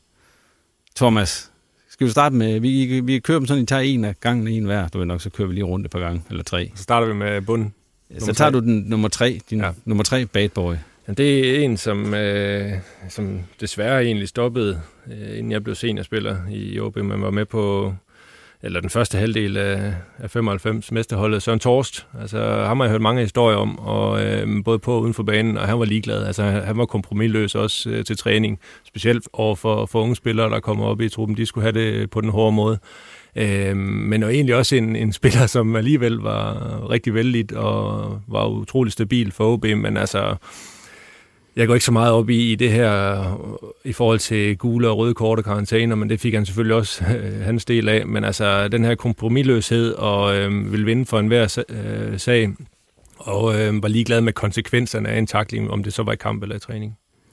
Thomas, skal vi starte med, vi, vi kører dem sådan, I tager en af gangen en hver, du ved nok, så kører vi lige rundt et par gange, eller tre. Så starter vi med bunden. Ja, så tager du den nummer tre, din ja. nummer tre bad boy. Ja, det er en, som, øh, som desværre egentlig stoppede, øh, inden jeg blev seniorspiller i O B, man var med på, eller den første halvdel af, af femoghalvfems mesterholdet, Søren Torst. Altså, ham har jeg hørt mange historier om, og øh, både på og uden for banen, og han var ligeglad. Altså, han var kompromisløs også øh, til træning, specielt over for, for unge spillere, der kommer op i truppen. De skulle have det på den hårde måde. Øh, men og egentlig også en, en spiller, som alligevel var rigtig vældigt og var utrolig stabil for O B, men altså... Jeg går ikke så meget op i, i det her i forhold til gule og røde kort og karantæner, men det fik han selvfølgelig også øh, hans del af. Men altså den her kompromisløshed og øh, vil vinde for enhver øh, sag, og øh, var ligeglad med konsekvenserne af en tackling, om det så var i kamp eller i træning.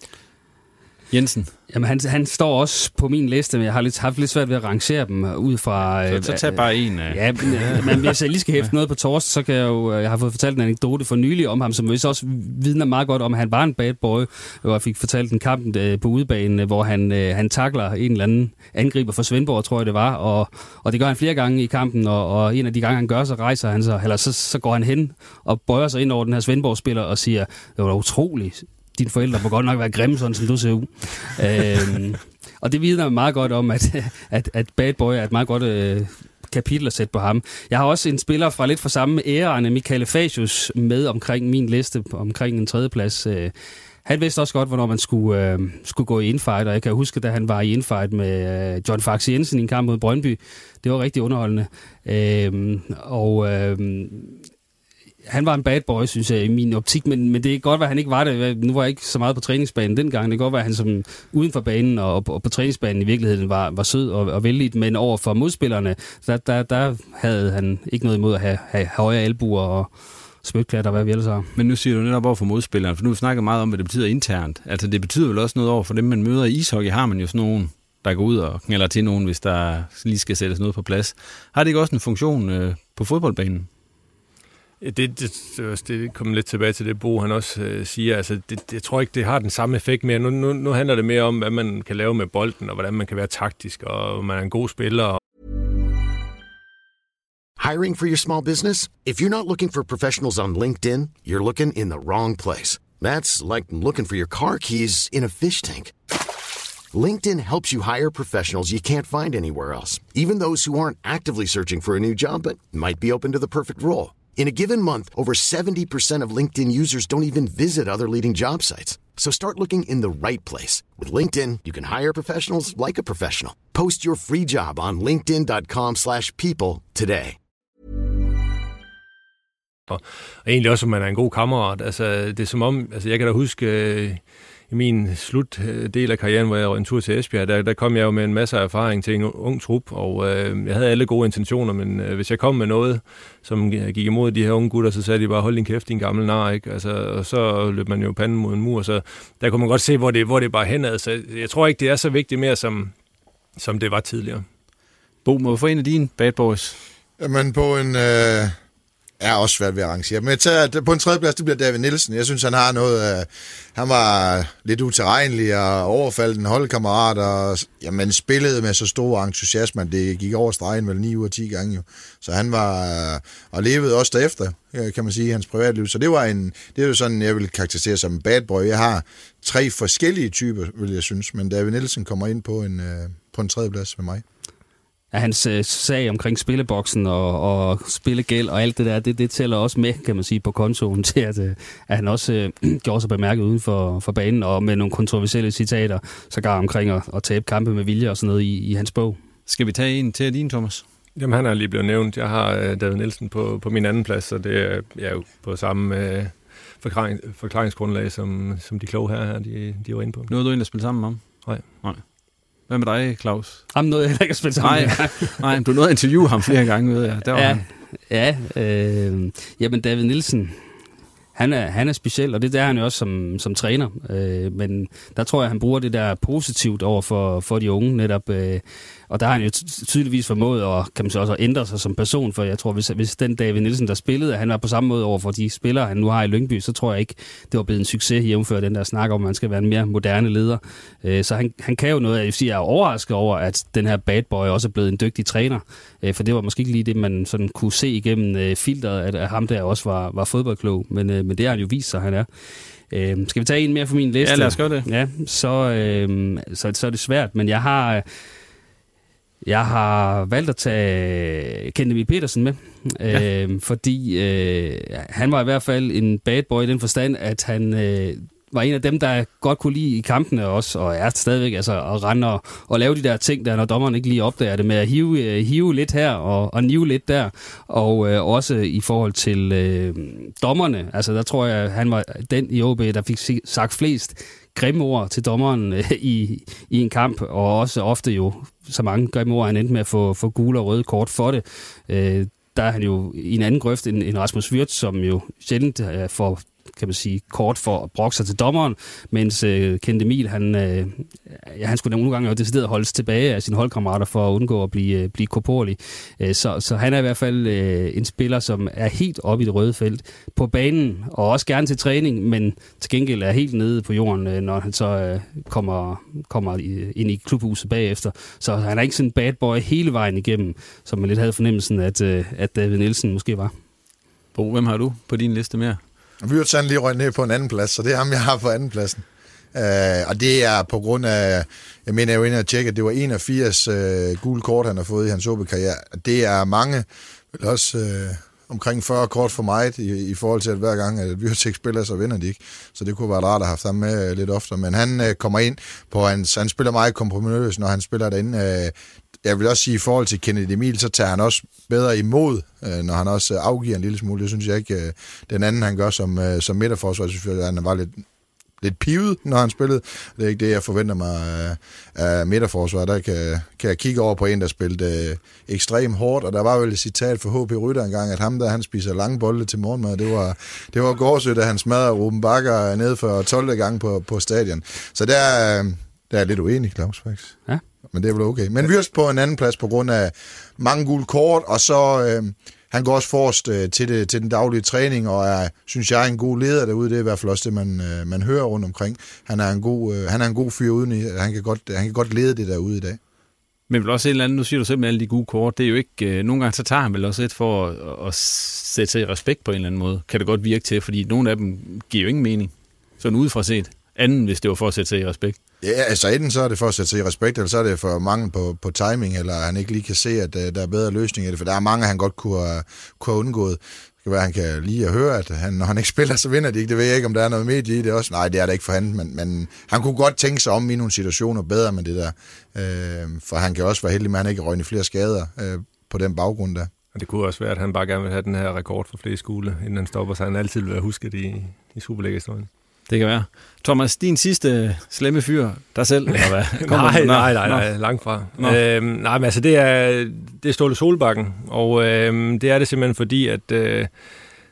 Jensen? Jamen, han, han står også på min liste, men jeg har lidt, haft lidt svært ved at rangere dem ud fra... Så, så tag bare en af... Ja, men hvis jeg lige skal hæfte noget på Torst, så kan jeg jo... Jeg har fået fortalt en anekdote for nylig om ham, som vist også vidner meget godt om, at han var en bad boy, og jeg fik fortalt en kamp på udebanen, hvor han, han takler en eller anden angriber for Svendborg, tror jeg det var, og, og det gør han flere gange i kampen, og, og en af de gange, han gør, så rejser han sig, eller så, så går han hen og bøjer sig ind over den her Svendborg-spiller og siger, det var da utroligt. Dine forældre må godt nok være grimme, sådan som du ser ud. øhm, og det vidner meget godt om, at, at, at Bad Boy er et meget godt øh, kapitel at sætte på ham. Jeg har også en spiller fra lidt fra samme ære, Michael Facius, med omkring min liste, omkring en tredjeplads. Øh, han vidste også godt, hvornår man skulle, øh, skulle gå i infight, og jeg kan huske, da han var i infight med øh, John Faxe Jensen i en kamp mod Brøndby. Det var rigtig underholdende. Øh, og... Øh, Han var en bad boy, synes jeg, i min optik, men, men det er godt, at han ikke var det. Nu var jeg ikke så meget på træningsbanen dengang. Det kan godt være, at han som uden for banen og, og på træningsbanen i virkeligheden var, var sød og, og vældigt, men over for modspillerne, der, der, der havde han ikke noget imod at have, have høje albuer og spytklat og hvad vi ellers har. Men nu siger du netop over for modspillerne, for nu snakker meget om, hvad det betyder internt. Altså det betyder vel også noget over for dem, man møder i ishockey, har man jo sådan nogen, der går ud og knælder til nogen, hvis der lige skal sættes noget på plads. Har det ikke også en funktion øh, på fodboldbanen? Det, det, det, det kommer lidt tilbage til det, Bo han også øh, siger. Altså, det, jeg tror ikke, det har den samme effekt mere. Nu, nu, nu handler det mere om, hvad man kan lave med bolden, og hvordan man kan være taktisk, og man er en god spiller. Hiring for your small business? If you're not looking for professionals on LinkedIn, you're looking in the wrong place. That's like looking for your car keys in a fish tank. LinkedIn helps you hire professionals you can't find anywhere else, even those who aren't actively searching for a new job but might be open to the perfect role. In a given month, over seventy percent of LinkedIn users don't even visit other leading job sites. So start looking in the right place. With LinkedIn, you can hire professionals like a professional. Post your free job on linkedin dot com slash people today. Og egentlig også, om man er en god kammerat. Altså, det er som om, altså jeg kan da huske... Øh, i min slutdel af karrieren, hvor jeg var en tur til Esbjerg, der, der kom jeg jo med en masse erfaring til en ung trup, og øh, jeg havde alle gode intentioner, men øh, hvis jeg kom med noget, som gik imod de her unge gutter, så sagde de bare, hold din kæft, din gamle nar, ikke? Altså, og så løb man jo panden mod en mur, så der kunne man godt se, hvor det, hvor det bare henad. Så jeg tror ikke, det er så vigtigt mere, som, som det var tidligere. Bo, må vi få en af dine bad boys? Jamen, på en... Øh er også svært ved at arrangere. Men jeg tager, på en tredje plads, det bliver David Nielsen. Jeg synes, han har noget... Øh, han var lidt utilregnelig og overfaldt en holdkammerat, og jamen, spillede med så stor entusiasme, at det gik over stregen vel ni ud af ti gange. Jo. Så han var... Øh, og levede også derefter, kan man sige, hans privatliv. Så det var en... Det er jo sådan, jeg vil karakterisere som en bad boy. Jeg har tre forskellige typer, vil jeg synes, men David Nielsen kommer ind på en, øh, på en tredje plads med mig. Ja, hans øh, sag omkring spilleboksen og, og spillegæld og alt det der, det, det tæller også med, kan man sige, på kontoen til, at, øh, at han også øh, gjorde sig bemærket uden for, for banen, og med nogle kontroversielle citater, sågar omkring at, at tabe kampe med vilje og sådan noget i, i hans bog. Skal vi tage en til din, Thomas? Jamen, han er lige blevet nævnt. Jeg har øh, David Nielsen på, på min anden plads, og det er jeg er jo på samme øh, forklaring, forklaringsgrundlag, som, som de kloge her, de, de var inde på. Noget du egentlig at spille sammen om? Nej. Nej. Hvad med dig, Claus? Jamen, noget jeg heller ikke at spille sammen nej, nej, du nåede at interviewe ham flere gange, ved jeg. Der var ja, han. ja øh, jamen David Nielsen, han er, han er speciel, og det der er han jo også som, som træner. Øh, men der tror jeg, han bruger det der positivt over for, for de unge netop. Øh, og der har han jo tydeligvis formået at, kan man sige, også at ændre sig som person, for jeg tror, hvis, hvis den David Nielsen, der spillede, han var på samme måde over for de spillere, han nu har i Lyngby, så tror jeg ikke, det var blevet en succes jævnfør den der snak om, at man skal være en mere moderne leder. Øh, så han, han kan jo noget, jeg siger, jeg er overrasket over, at den her bad boy også er blevet en dygtig træner, øh, for det var måske ikke lige det, man sådan kunne se igennem øh, filteret, at, at ham der også var, var fodboldklog, men, øh, men det har han jo vist sig, han er. Øh, skal vi tage en mere fra min liste? Ja, lad os gøre det. Ja, så, øh, så, så er det svært, men jeg har... Jeg har valgt at tage Kent Emil Petersen med, ja. øh, fordi øh, han var i hvert fald en bad boy i den forstand, at han øh, var en af dem, der godt kunne lide i kampene også, og er stadigvæk altså, at rende og, og lave de der ting der, når dommeren ikke lige opdager det, med at hive, øh, hive lidt her og, og nive lidt der, og øh, også i forhold til øh, dommerne. Altså der tror jeg, han var den i O B, der fik sagt flest grimme ord til dommeren øh, i, i en kamp, og også ofte jo så mange grimme ord, han endte med at få, få gule og røde kort for det. Øh, der er han jo i en anden grøft end, end Rasmus Wirtz, som jo sjældent øh, får, kan man sige, kort for at brokke sig til dommeren, mens øh, Kent Emil, han, øh, ja, han skulle nogle gange jo decideret holdes tilbage af sine holdkammerater for at undgå at blive, øh, blive korporlig. Øh, så, så han er i hvert fald øh, en spiller, som er helt oppe i det røde felt på banen, og også gerne til træning, men til gengæld er helt nede på jorden, øh, når han så øh, kommer, kommer ind i klubhuset bagefter. Så han er ikke sådan en bad boy hele vejen igennem, som man lidt havde fornemmelsen, at, øh, at David Nielsen måske var. Bo, hvem har du på din liste mere? Vi har sådan lige røget ned på en anden plads, så det er ham, jeg har på anden pladsen. Uh, og det er på grund af, jeg mener jeg jo inde at tjekke, at det var enogfirs uh, gule kort, han har fået i hans O B-karriere. Det er mange, vel også uh, omkring fyrre kort for meget i, i forhold til, at hver gang at Wirtz spiller, så vinder de ikke. Så det kunne være rart at have haft ham med uh, lidt oftere. Men han uh, kommer ind på hans, han spiller meget kompromisløst, når han spiller derinde. Uh, Jeg vil også sige, i forhold til Kenneth Emil, så tager han også bedre imod, når han også afgiver en lille smule. Det synes jeg ikke, den anden han gør som, som midterforsvar. Jeg synes, han var lidt, lidt pivet, når han spillede. Det er ikke det, jeg forventer mig af midterforsvar. Der kan, kan jeg kigge over på en, der spillede øh, ekstremt hårdt, og der var vel et citat for H P Rytter engang, at ham der, han spiser lange bolde til morgenmad. Det var, det var Gårdsø, da han smadrede Ruben Bakker ned for tolvte gang på, på stadion. Så der, der er jeg lidt uenig, Claus, faktisk. Ja. Men det er vel okay. Men Wirtz på en anden plads på grund af mange gule kort, og så øh, han går også forrest øh, til, det, til den daglige træning, og er, synes jeg, er en god leder derude. Det er i hvert fald også det, man, øh, man hører rundt omkring. Han er en god, øh, han er en god fyr uden i, han kan, godt, han kan godt lede det derude i dag. Men vel også et eller andet, nu siger du selv med alle de gode kort, det er jo ikke, øh, nogle gange så tager han vel også et for at, at sætte sig i respekt på en eller anden måde. Kan det godt virke til, fordi nogle af dem giver jo ingen mening, sådan udefra set, anden hvis det var for at sætte sig i respekt. Ja, altså enten så er det for at sætte sig i respekt, eller så er det for mangel på, på timing, eller han ikke lige kan se, at uh, der er bedre løsning af det, for der er mange, han godt kunne, uh, kunne have undgået. Det kan være, han kan lige at høre, at han, når han ikke spiller, så vinder de ikke. Det ved jeg ikke, om der er noget medie i det også. Nej, det er der ikke for han, men, men han kunne godt tænke sig om i nogle situationer bedre med det der. Uh, for han kan også være heldig med, at han ikke røgner flere skader uh, på den baggrund der. Og det kunne også være, at han bare gerne vil have den her rekord for flest gule, inden han stopper, så han altid vil være husket i, i Superliga-historien. Det kan være. Thomas, din sidste slemme fyr, dig selv, eller hvad? nej, nej, nej, nej, langt fra. Øhm, nej, men altså, det er, det er Ståle Solbakken, og øhm, det er det simpelthen fordi, at øh,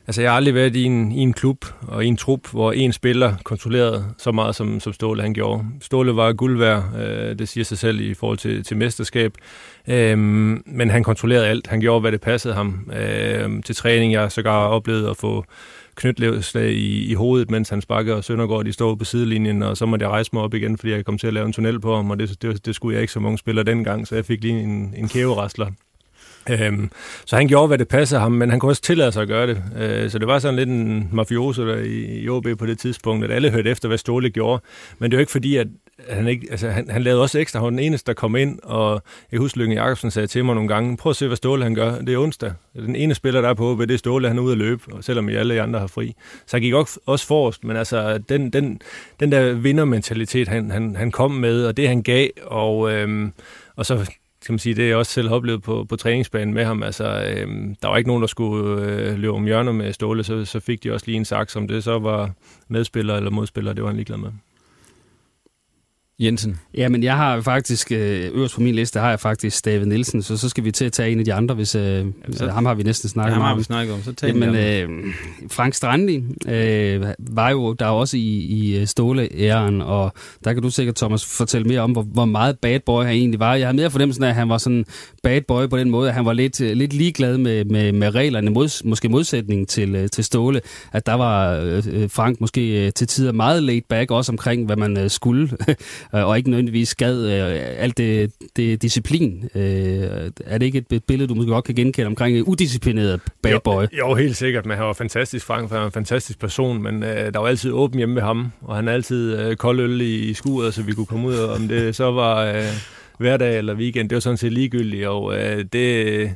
Altså, jeg har aldrig været i en, i en klub og i en trup, hvor en spiller kontrollerede så meget, som, som Ståle han gjorde. Ståle var guld værd, øh, det siger sig selv i forhold til, til mesterskab. Øhm, men han kontrollerede alt. Han gjorde, hvad det passede ham. Øhm, til træning, jeg sågar oplevede at få knytlævslag i, i hovedet, mens han sparkede, og Søndergaard, de stod på sidelinjen, og så måtte jeg rejse mig op igen, fordi jeg kom til at lave en tunnel på ham, og det, det, det skulle jeg ikke så mange spillere dengang, så jeg fik lige en, en kæverasler. Øhm, så han gjorde, hvad det passede ham, men han kunne også tillade sig at gøre det. Øh, så det var sådan lidt en mafioso der i, i O B på det tidspunkt, at alle hørte efter, hvad Ståle gjorde. Men det er jo ikke fordi, at han ikke, altså han, han lavede også ekstra. Han var den eneste, der kom ind, og jeg husker, Lykke Jacobsen sagde til mig nogle gange, prøv at se, hvad Ståle han gør. Det er onsdag. Den ene spiller, der er på O B, det er Ståle, han er ude at løbe, selvom I alle andre har fri. Så han gik også forrest, men altså den, den, den der vindermentalitet, han, han, han kom med, og det han gav, og, øhm, og så kan man sige, det jeg også selv har oplevet på, på træningsbanen med ham. Altså, øhm, der var ikke nogen, der skulle øh, løbe om hjørner med Ståle, så, så fik de også lige en saks, om det så var medspiller eller modspiller, det var han ligeglad med. Jensen? Jamen, jeg har faktisk, øverst på min liste, har jeg faktisk David Nielsen, så så skal vi til at tage en af de andre, hvis øh, så, ham har vi næsten snakket ja, om. ham har vi snakket om, så tag Jamen, øh, Frank Strandli øh, var jo der også i, i Ståle-æren, og der kan du sikkert, Thomas, fortælle mere om, hvor, hvor meget bad boy han egentlig var. Jeg har mere fornemmelsen af, at han var sådan bad boy på den måde, at han var lidt, lidt ligeglad med, med, med reglerne, mod, måske modsætning til, til Ståle, at der var øh, Frank måske til tider meget laid back, også omkring, hvad man øh, skulle, og ikke nødvendigvis skad øh, alt det, det disciplin. Øh, er det ikke et billede, du måske godt kan genkende omkring en udisciplineret bad boy? Jo, jo, helt sikkert, men han var fantastisk, Frank, for han var en fantastisk person, men øh, der var altid åben hjemme med ham, og han havde altid øh, kold øl i, i skuret, så vi kunne komme ud, og om det så var øh, hverdag eller weekend, det var sådan set ligegyldigt, og øh, det...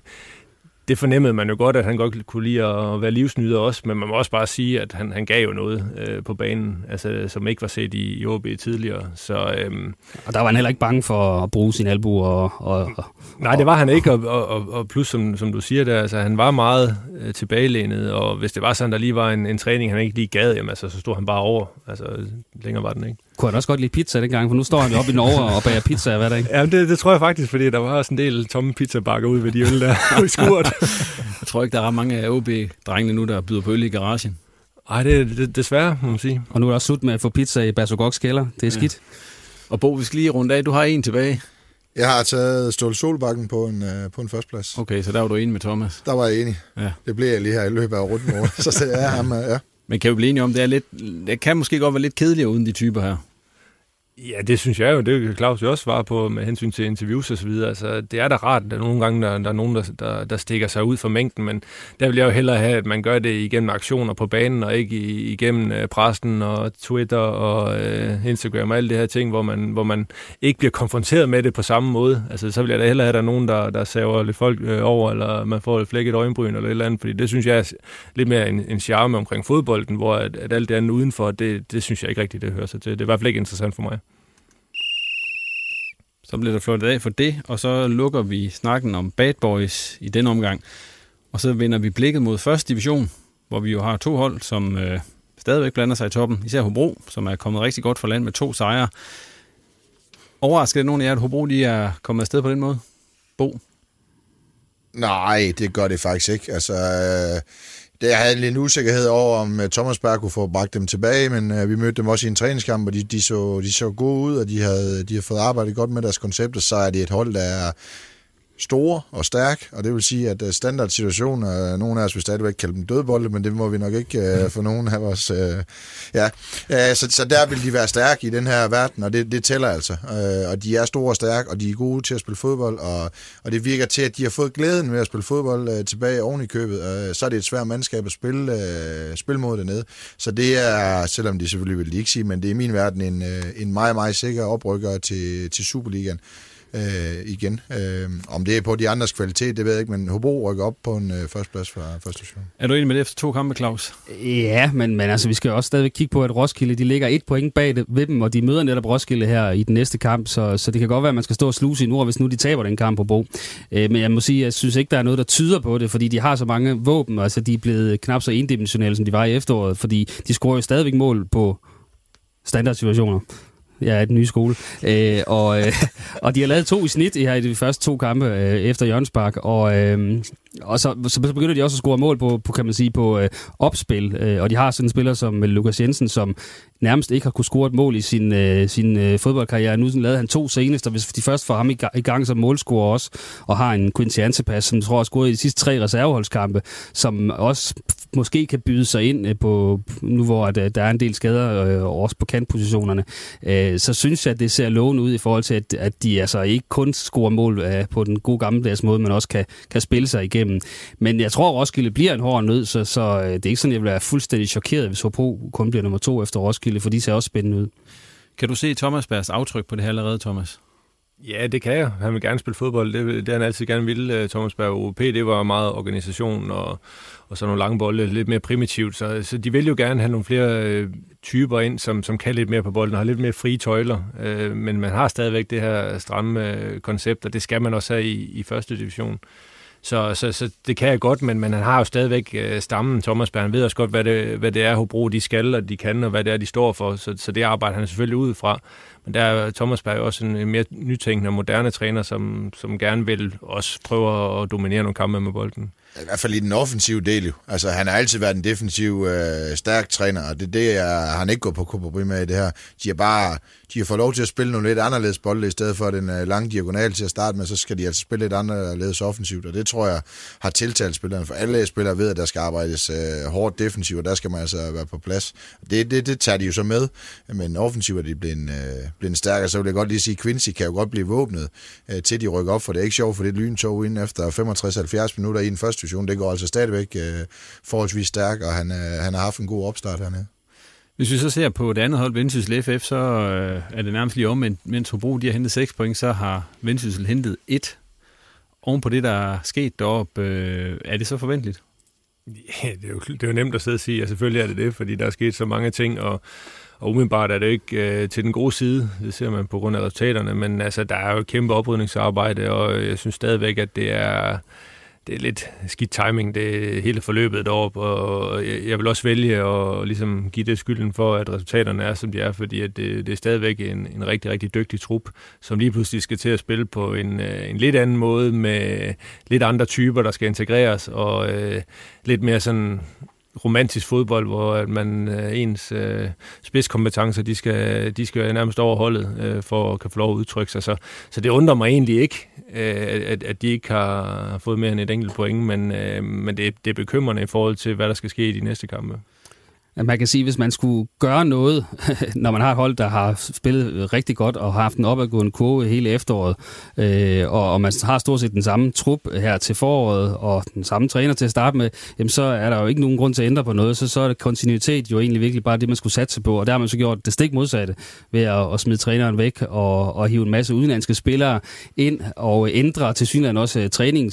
Det fornemmede man jo godt, at han godt kunne lide at være livsnyder også, men man må også bare sige, at han, han gav jo noget øh, på banen, altså, som ikke var set i, i O B tidligere. Så, øhm, og der var han heller ikke bange for at bruge sin albu og... og, og nej, det var han ikke, og, og, og plus, som, som du siger der, altså, han var meget øh, tilbagelænet, og hvis det var sådan, der lige var en, en træning, han ikke lige gad, jamen, altså, så stod han bare over. Altså, længere var den ikke. Kunne han også godt lide pizza dengang, for nu står han jo oppe i Norge og bager pizza hver dag. Ja, det, det tror jeg faktisk, fordi der var også en del tomme pizzabakker ude ved de øl der i skuret. Jeg tror ikke, der er mange af O B-drengene nu, der byder på øl i garagen. Nej, det er det, desværre, må man sige. Og nu er der også slut med at få pizza i Basogoks kælder. Det er skidt. Ja. Og Bo, vi skal lige runde af. Du har en tilbage. Jeg har taget Ståle Solbakken på en, uh, på en førsteplads. Okay, så der var du enig med Thomas. Der var jeg enig. Ja. Det blev jeg lige her i løbet af runden over. Så det er ham, ja. Men kan vi blive enige om, det er lidt, det kan måske godt være lidt kedeligere uden de typer her? Ja, det synes jeg jo. Det kan Claus jo også svare på med hensyn til interviews og så videre. Altså, det er da rart, at der nogle gange der, der er nogen, der, der, der stikker sig ud fra mængden, men der vil jeg jo hellere have, at man gør det igennem aktioner på banen, og ikke igennem uh, pressen og Twitter og uh, Instagram og alle de her ting, hvor man, hvor man ikke bliver konfronteret med det på samme måde. Altså, så vil jeg da hellere have, at der er nogen, der, der saver lidt folk uh, over, eller man får et flækket øjenbryn eller et eller andet, fordi det synes jeg er lidt mere en, en charme omkring fodbolden, hvor at, at alt det andet udenfor, det, det synes jeg ikke rigtigt, det hører sig til. Det er i hvert fald ikke interessant for mig. Så bliver der flottet af for det, og så lukker vi snakken om Bad Boys i denne omgang. Og så vender vi blikket mod første division, hvor vi jo har to hold, som øh, stadigvæk blander sig i toppen. Især Hobro, som er kommet rigtig godt for land med to sejre. Overrasker det nogen af jer, at Hobro de er kommet afsted på den måde? Bo? Nej, det gør det faktisk ikke. Altså... Øh Det, jeg havde lidt usikkerhed over, om Thomas Berg kunne få bragt dem tilbage, men uh, vi mødte dem også i en træningskamp, og de, de, så, de så gode ud, og de havde, de havde fået arbejdet godt med deres koncepter, så er det et hold, der er store og stærk, og det vil sige, at standardsituationer, nogle af os vil stadigvæk kalde dem dødbolde, men det må vi nok ikke uh, for nogen af os. Uh, ja. uh, så, så der vil de være stærke i den her verden, og det, det tæller altså. Uh, og de er store og stærke, og de er gode til at spille fodbold, og, og det virker til, at de har fået glæden ved at spille fodbold uh, tilbage oven i købet. Uh, så er det et svært mandskab at spille, uh, spille mod dernede. Så det er, selvom de selvfølgelig vil de ikke sige, men det er i min verden en, uh, en meget, meget sikker oprykker til, til Superligaen. Øh, igen. Øh, om det er på de andres kvalitet, det ved jeg ikke, men Hobro rykker op på en øh, førsteplads fra første division. Er du enig med det efter to kampe, Claus? Ja, men, men altså, vi skal også stadigvæk kigge på, at Roskilde, de ligger et point bag det, ved dem, og de møder netop Roskilde her i den næste kamp, så, så det kan godt være, at man skal stå og sluse i nord, hvis nu de taber den kamp på Bo. Øh, men jeg må sige, jeg synes ikke, der er noget, der tyder på det, fordi de har så mange våben, altså de er blevet knap så endimensionelle, som de var i efteråret, fordi de scorer jo stadigvæk mål på standardsituationer. Jeg er den nye skole. Øh, og, øh, og de har lavet to i snit her i de første to kampe øh, efter Jørgenspark. Og øh, Og så, så begynder de også at score mål på, på kan man sige, på øh, opspil. Øh, og de har sådan en spiller som Lukas Jensen, som nærmest ikke har kunne score et mål i sin, øh, sin øh, fodboldkarriere. Nu lavede han to senest, og hvis de først får ham i, i gang som målscorer også, og har en Quincy Antipas, som jeg tror har scoret i de sidste tre reserveholdskampe, som også måske kan byde sig ind øh, på, nu hvor at, øh, der er en del skader, øh, også på kantpositionerne, øh, så synes jeg, at det ser lovende ud i forhold til, at, at de altså ikke kun scorer mål øh, på den gode gammeldags måde, men også kan, kan spille sig igennem. Men jeg tror, at Roskilde bliver en hård nød, så, så øh, det er ikke sådan, at jeg vil være fuldstændig chokeret, hvis Hobro kun bliver nummer to efter Roskilde, for de ser også spændende ud. Kan du se Thomas Bergs aftryk på det her allerede, Thomas? Ja, det kan jeg. Han vil gerne spille fodbold. Det, det han altid gerne ville. Thomas Berg O P, det var meget organisation og, og så nogle lange bolde, lidt mere primitivt. Så, så de vil jo gerne have nogle flere øh, typer ind, som, som kan lidt mere på bolden og har lidt mere frie tøjler. Øh, men man har stadigvæk det her stramme øh, koncept, og det skal man også have i, i første division. Så, så, så det kan jeg godt, men, men han har jo stadigvæk øh, stammen, Thomas Berg. Han ved også godt, hvad det, hvad det er, Hobro de skal, og de kan, og hvad det er, de står for. Så, så det arbejder han selvfølgelig ud fra. Men der er Thomas Berg også en mere nytænkende og moderne træner, som, som gerne vil også prøve at dominere nogle kampe med bolden. I hvert fald i den offensive del jo. Altså, han har altid været en defensiv, øh, stærk træner, og det, det er, han ikke gået på kompromis med i det her. De har bare de har fået lov til at spille nogle lidt anderledes bolde, i stedet for den øh, lange diagonal til at starte med, så skal de altså spille lidt anderledes offensivt, og det tror jeg har tiltalt spillerne, for alle spillere ved, at der skal arbejdes øh, hårdt defensivt, og der skal man altså være på plads. Det, det, det tager de jo så med, men offensivt er de blevet, øh, blevet stærkere. Så vil jeg godt lige sige, at Quincy kan jo godt blive våbnet, øh, til de rykker op, for det er ikke sjovt for det lyntog inden efter femogtres til halvfjerds minutter i den første division. Det går altså stadigvæk øh, forholdsvis stærk, og han, øh, han har haft en god opstart hernede. Hvis vi så ser på det andet hold, Vendsyssel F F, så øh, er det nærmest lige omvendt. Mens Hobro de har hentet seks point, så har Vendsyssel hentet et. Oven på det, der er sket deroppe, øh, er det så forventeligt? Ja, det er, jo, det er jo nemt at sidde og sige, og selvfølgelig er det det, fordi der er sket så mange ting, og, og umiddelbart er det ikke øh, til den gode side, det ser man på grund af resultaterne, men altså, der er jo et kæmpe oprydningsarbejde, og jeg synes stadigvæk, at det er... Det er lidt skidt timing, det hele forløbet deroppe, og jeg vil også vælge at ligesom give det skylden for, at resultaterne er, som de er, fordi at det, det er stadigvæk en, en rigtig, rigtig dygtig trup, som lige pludselig skal til at spille på en, en lidt anden måde, med lidt andre typer, der skal integreres, og øh, lidt mere sådan romantisk fodbold, hvor man øh, ens øh, spidskompetencer, de skal, de skal nærmest overholdet øh, for at kan få lov at udtrykke sig. Så, så det undrer mig egentlig ikke, øh, at, at de ikke har fået mere end et enkelt point, men, øh, men det, det er bekymrende i forhold til, hvad der skal ske i de næste kampe. Man kan sige, at hvis man skulle gøre noget, når man har et hold, der har spillet rigtig godt og har haft en opadgående kurve hele efteråret, øh, og, og man har stort set den samme trup her til foråret og den samme træner til at starte med, jamen så er der jo ikke nogen grund til at ændre på noget, så, så er det kontinuitet jo egentlig virkelig bare det, man skulle satse på, og der har man så gjort det stik modsatte ved at, at smide træneren væk og, og hive en masse udenlandske spillere ind og ændre til synligheden også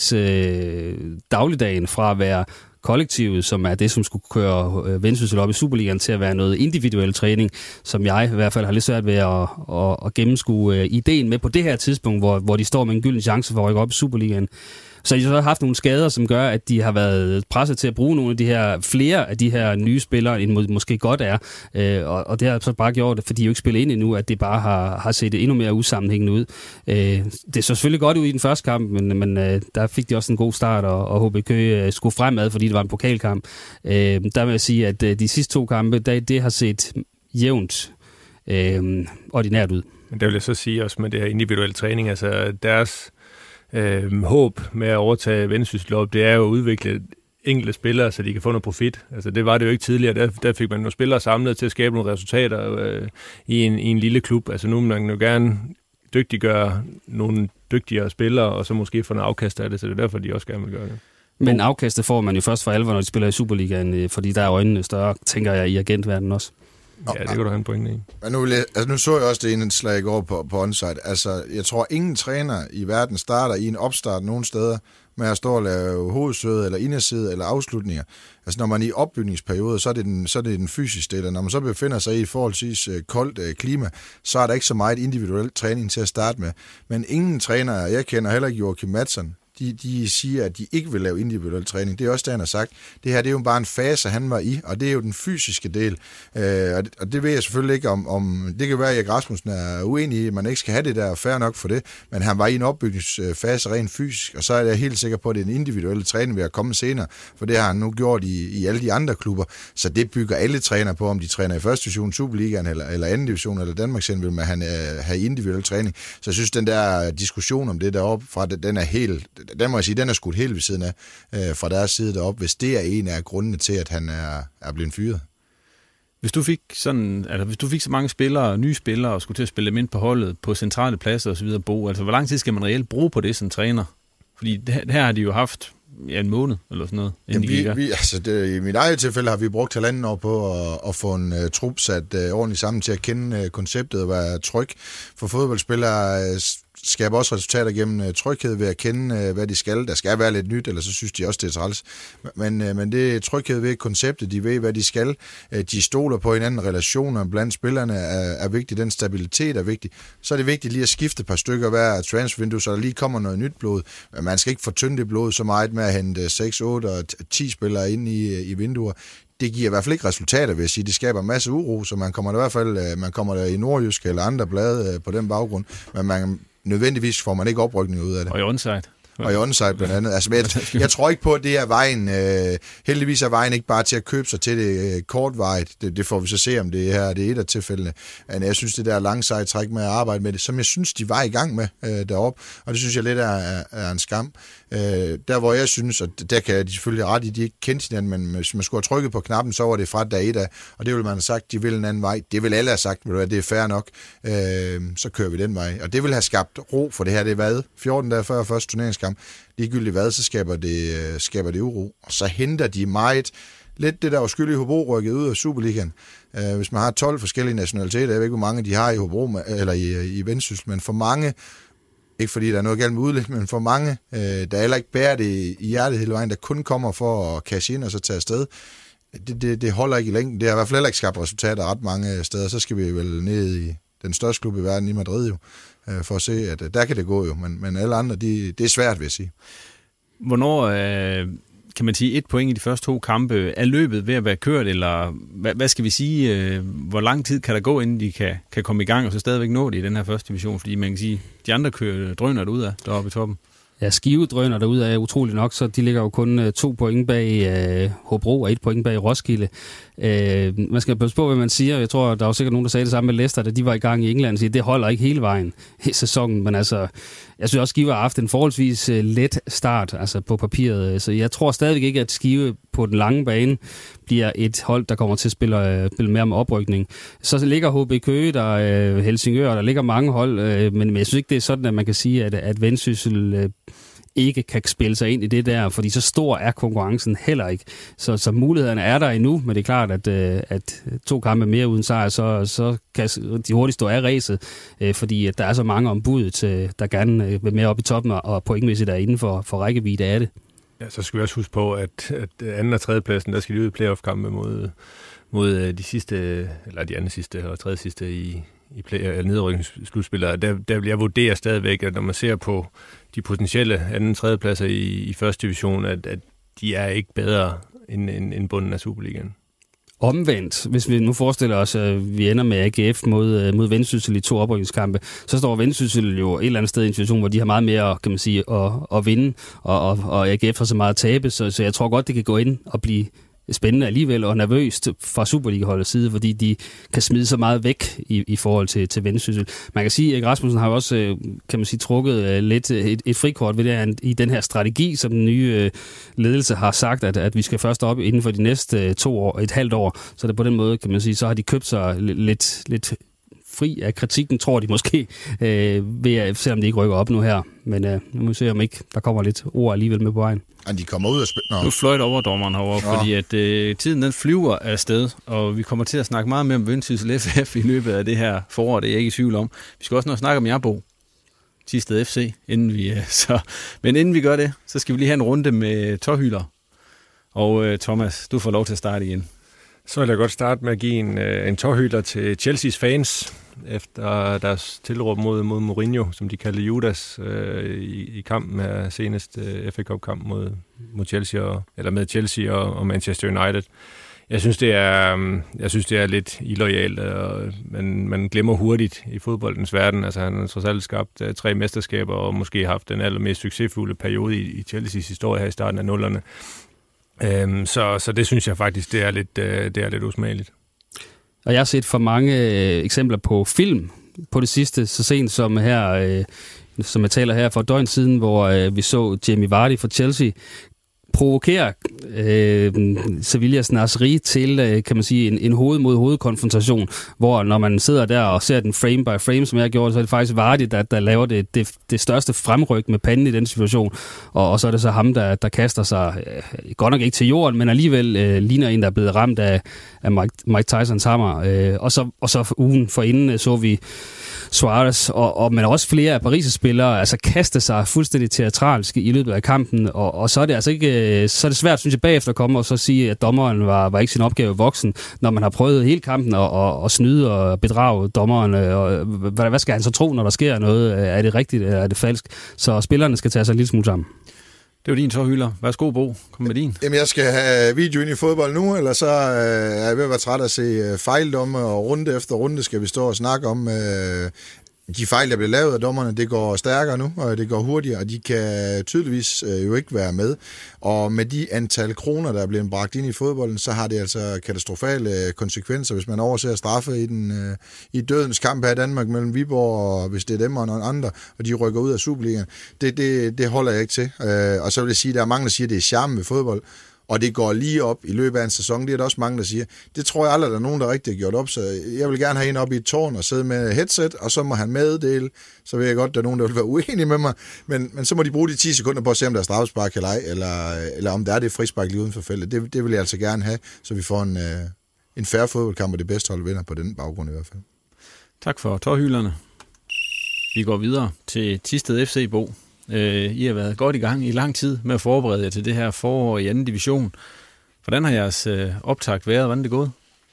træningsdagligdagen øh, fra at være kollektivet, som er det, som skulle køre Vendsyssel op i Superligaen, til at være noget individuel træning, som jeg i hvert fald har lidt svært ved at, at, at gennemskue ideen med på det her tidspunkt, hvor, hvor de står med en gylden chance for at rykke op i Superligaen. Så de har så haft nogle skader, som gør, at de har været presset til at bruge nogle af de her, flere af de her nye spillere, end må, måske godt er. Øh, og, og det har så bare gjort, fordi de jo ikke spiller ind endnu, at det bare har, har set endnu mere usammenhængende ud. Øh, det så selvfølgelig godt ud i den første kamp, men, men øh, der fik de også en god start, og, og H B Køge skulle fremad, fordi det var en pokalkamp. Øh, der vil jeg sige, at øh, de sidste to kampe, der, det har set jævnt øh, ordinært ud. Men det vil jeg så sige også med det her individuelle træning, altså deres Øh, håb med at overtage Vendsyssel op, det er jo at udvikle enkelte spillere, så de kan få noget profit. Altså det var det jo ikke tidligere. Der, der fik man nogle spillere samlet til at skabe nogle resultater øh, i, en, i en lille klub. Altså nu man jo gerne dygtiggøre nogle dygtigere spillere, og så måske få noget afkast af det, så det er derfor, de også gerne vil gøre det. Men afkastet får man jo først for alvor, når de spiller i Superligaen, fordi der er øjnene større, tænker jeg, i agentverdenen også. Ja, det kan du have en pointe i. Men nu, jeg, altså nu så jeg også det ene slag i går på, på onside. Altså, jeg tror, ingen træner i verden starter i en opstart nogen steder med at stå og lave hovedsøde, eller inderside, eller afslutninger. Altså, når man er i opbygningsperioder, så er det den, så er det den fysiske del. Når man så befinder sig i et forholdsvis øh, koldt øh, klima, så er der ikke så meget individuel træning til at starte med. Men ingen træner, jeg kender heller ikke Joachim Madsen, de, de siger, at de ikke vil lave individuel træning. Det er også det, han har sagt. Det her, det er jo bare en fase, han var i, og det er jo den fysiske del. Øh, og, det, og det ved jeg selvfølgelig ikke om, om det kan være, at Erik Rasmussen er uenig i, at man ikke skal have det der, fair nok for det, men han var i en opbygningsfase rent fysisk, og så er jeg helt sikker på, at det er en individuel træning ved at komme senere, for det har han nu gjort i, i alle de andre klubber, så det bygger alle trænere på, om de træner i første division, Superligaen eller, eller anden division, eller Danmark vil man have, have individuel træning. Så jeg synes, den der diskussion om det deroppe fra, den er helt, den må jeg sige, den er skudt helt ved siden af øh, fra deres side deroppe, hvis det er en af grundene til, at han er, er blevet fyret. Hvis du fik sådan, altså hvis du fik så mange spillere, nye spillere, og skulle til at spille dem ind på holdet, på centrale pladser og så videre, Bo, altså hvor lang tid skal man reelt bruge på det som træner? Fordi det, her har de jo haft ja, en måned eller sådan noget. Jamen, vi, vi, altså det, i mit eget tilfælde har vi brugt halvanden år på at, at få en uh, trup sat uh, ordentligt sammen til at kende uh, konceptet og være tryg. For fodboldspillere uh, skaber også resultater gennem uh, tryghed ved at kende, uh, hvad de skal. Der skal være lidt nyt, eller så synes de også, det er træls. Men, uh, men det er tryghed ved konceptet. De ved, hvad de skal. Uh, de stoler på hinanden. Relationer blandt spillerne er, er vigtigt. Den stabilitet er vigtig. Så er det vigtigt lige at skifte et par stykker hver transfervindue, så der lige kommer noget nyt blod. Men man skal ikke fortynde det blod så meget med at hente seks, otte og ti spillere ind i, i vinduer. Det giver i hvert fald ikke resultater, vil jeg sige. Det skaber en masse uro, så man kommer der i hvert fald man kommer der i Nordjysk eller andre blade på den baggrund. Men man, nødvendigvis får man ikke oprykning ud af det. Og i onside. Og i onside blandt andet. Altså, jeg, jeg tror ikke på, at det er vejen. Øh, heldigvis er vejen ikke bare til at købe sig til det øh, kortvarigt. Det, det får vi så se, om det her det er et af tilfældene. Men jeg synes, det der langsejt træk med at arbejde med det, som jeg synes, de var i gang med øh, deroppe. Og det synes jeg lidt er, er, er en skam. Øh, der hvor jeg synes, og der kan de selvfølgelig ret i, de ikke kendte hinanden, men hvis man skulle have trykket på knappen, så var det fra dag et af. Og det ville man have sagt, de vil en anden vej. Det vil alle have sagt, det er fair nok. Øh, så kører vi den vej. Og det vil have skabt ro, for det her det er hvad? fjorten dage før første turneringskamp. Ligegyldigt hvad, så skaber det, skaber det uro. Og så henter de meget lidt det der uskyldige Hobro rykket ud af Superligaen. Uh, hvis man har tolv forskellige nationaliteter, jeg ved ikke, hvor mange de har i Hobro, eller i, i Vendsyssel, men for mange, ikke fordi der er noget galt med udlæg, men for mange, uh, der heller ikke bærer det i hjertet hele vejen, der kun kommer for at cashe ind og så tage afsted, det, det, det holder ikke i længden. Det har i hvert fald heller ikke skabt resultater ret mange steder. Så skal vi vel ned i den største klub i verden i Madrid jo, for at se, at der kan det gå jo, men, men alle andre, de, det er svært, vil jeg sige. Hvornår øh, kan man sige et point i de første to kampe? Er løbet ved at være kørt, eller hvad, hvad skal vi sige, øh, hvor lang tid kan der gå, inden de kan, kan komme i gang, og så stadigvæk nå det i den her første division? Fordi man kan sige, de andre kører drøner det ud af deroppe i toppen. Ja, Skive drøner derude er utroligt nok, så de ligger jo kun uh, to point bag uh, Hobro og et point bag Roskilde. Uh, man skal passe på, hvad man siger. Jeg tror, der var sikkert nogen, der sagde det samme med Leicester, da de var i gang i England, så det holder ikke hele vejen i sæsonen. Men altså, jeg synes også, Skive har haft en forholdsvis uh, let start altså på papiret. Så jeg tror stadigvæk ikke, at Skive på den lange bane bliver et hold, der kommer til at spille, uh, spille mere med oprykning. Så ligger H B Køge, der er uh, Helsingør, der ligger mange hold, uh, men, men jeg synes ikke, det er sådan, at man kan sige, at, at Vendsyssel uh, ikke kan spille sig ind i det der, fordi så stor er konkurrencen heller ikke. Så, så mulighederne er der endnu, men det er klart, at, at to kampe mere uden sejr, så, så kan de hurtigt stå af ræset, fordi at der er så mange ombud, til, der gerne vil med op i toppen, og pointmæssigt er inden for, for rækkevidde af det. Ja, så skal vi også huske på, at, at anden og tredje pladsen, der skal de ud i playoff-kampe mod, mod de sidste, eller de andre sidste og tredje sidste i i nedrykningsslutspillere. Der, der vil jeg vurdere stadigvæk, at når man ser på de potentielle anden og tredje pladser i, i første division, at, at de er ikke bedre end, end, end bunden af Superligaen. Omvendt, hvis vi nu forestiller os, at vi ender med A G F mod, mod Vendsyssel i to oprykningskampe, så står Vendsyssel jo et eller andet sted i en situation, hvor de har meget mere, kan man sige, at, at vinde, og, og, og A G F har så meget at tabe, så, så jeg tror godt, det kan gå ind og blive spændende alligevel, og nervøst fra Superliga-holdets side, fordi de kan smide så meget væk i, i forhold til, til Vendsyssel. Man kan sige, at Erik Rasmussen har også, kan man sige, trukket lidt et, et frikort ved det, i den her strategi, som den nye ledelse har sagt, at, at vi skal først op inden for de næste to år, et halvt år. Så det på den måde, kan man sige, så har de købt sig lidt, lidt fri af kritikken, tror de måske, øh, ved at, selvom de ikke rykker op nu her. Men øh, nu må vi se, om ikke der kommer lidt ord alligevel med på vejen. Og de kommer ud af spil. Nu fløjt overdommeren herovre, ja. Fordi at øh, tiden den flyver afsted, og vi kommer til at snakke meget mere om Vendsyssel F F i løbet af det her forår, det er jeg ikke i tvivl om. Vi skal også nå snakke om Jarbo, Thisted F C, inden vi, øh, så, men inden vi gør det, så skal vi lige have en runde med tårhylder. Og øh, Thomas, du får lov til at starte igen. Så vil jeg godt starte med at give en, en tårhylder til Chelseas fans. efter deres tilråb mod, mod Mourinho, som de kaldte Judas, øh, i, i kampen her senest øh, F A Cup-kamp mod, mod Chelsea, og, eller med Chelsea og, og Manchester United. Jeg synes, det er, jeg synes, det er lidt illoyalt, og man, man glemmer hurtigt i fodboldens verden. Altså, han har trods alt skabt uh, tre mesterskaber, og måske haft den allermest succesfulde periode i, i Chelseas historie her i starten af nullerne. Um, så, så det synes jeg faktisk, det er lidt, uh, det er lidt usmageligt. Og jeg har set for mange øh, eksempler på film på det sidste, så sent som her, øh, som jeg taler her for et døgn siden, hvor øh, vi så Jamie Vardy fra Chelsea provokere øh, Sevillas Nasri til, øh, kan man sige, en, en hoved-mod-hoved-konfrontation, hvor når man sidder der og ser den frame by frame, som jeg har gjort, så er det faktisk Vardy, der, der laver det, det, det største fremryk med panden i den situation, og, og så er det så ham, der, der kaster sig, øh, godt nok ikke til jorden, men alligevel øh, ligner en, der er blevet ramt af, af Mike, Mike Tysons hammer. Øh, og, så, og så ugen forinden øh, så vi Suarez, og, og, men også flere af Paris' spillere, altså kaste sig fuldstændig teatralsk i løbet af kampen, og, og så er det altså ikke så er det svært, synes jeg, bagefter at komme og så sige, at dommeren var, var ikke sin opgave voksen, når man har prøvet hele kampen at, at, at snyde og bedrage dommeren. Og, hvad, hvad skal han så tro, når der sker noget? Er det rigtigt, eller er det falsk? Så spillerne skal tage sig en lille smule sammen. Det var din tårhylder. Værsgo, Bo. Kom med din. Jamen, jeg skal have video ind i fodbold nu, eller så øh, er jeg ved at være træt at se øh, fejldomme, og runde efter runde skal vi stå og snakke om øh, de fejl, der bliver lavet af dommerne. Det går stærkere nu, og det går hurtigere, og de kan tydeligvis øh, jo ikke være med. Og med de antal kroner, der er blevet bragt ind i fodbolden, så har det altså katastrofale konsekvenser, hvis man overser straffe i, den, øh, i dødens kamp her i Danmark mellem Viborg, og hvis det er dem og nogle andre, og de rykker ud af Superligaen. Det, det, det holder jeg ikke til. Øh, og så vil jeg sige, at der er mange, der siger, at det er charme ved fodbold, og det går lige op i løbet af en sæson. Det er der også mange, der siger. Det tror jeg aldrig, der er nogen, der rigtig har gjort op. Så jeg vil gerne have en op i et tårn og sidde med headset, og så må han meddele. Så ved jeg godt, at der er nogen, der vil være uenige med mig. Men, men så må de bruge de ti sekunder på at se, om der er straffespark eller ej, eller, eller om der er det frispark lige uden for feltet. Det, det vil jeg altså gerne have, så vi får en, øh, en fair fodboldkamp, og det bedste hold vinder på den baggrund i hvert fald. Tak for tårhylderne. Vi går videre til Thisted F C, Bo. I har været godt i gang i lang tid med at forberede jer til det her forår i anden division. Hvordan har jeres optakt været? Hvordan er det gået?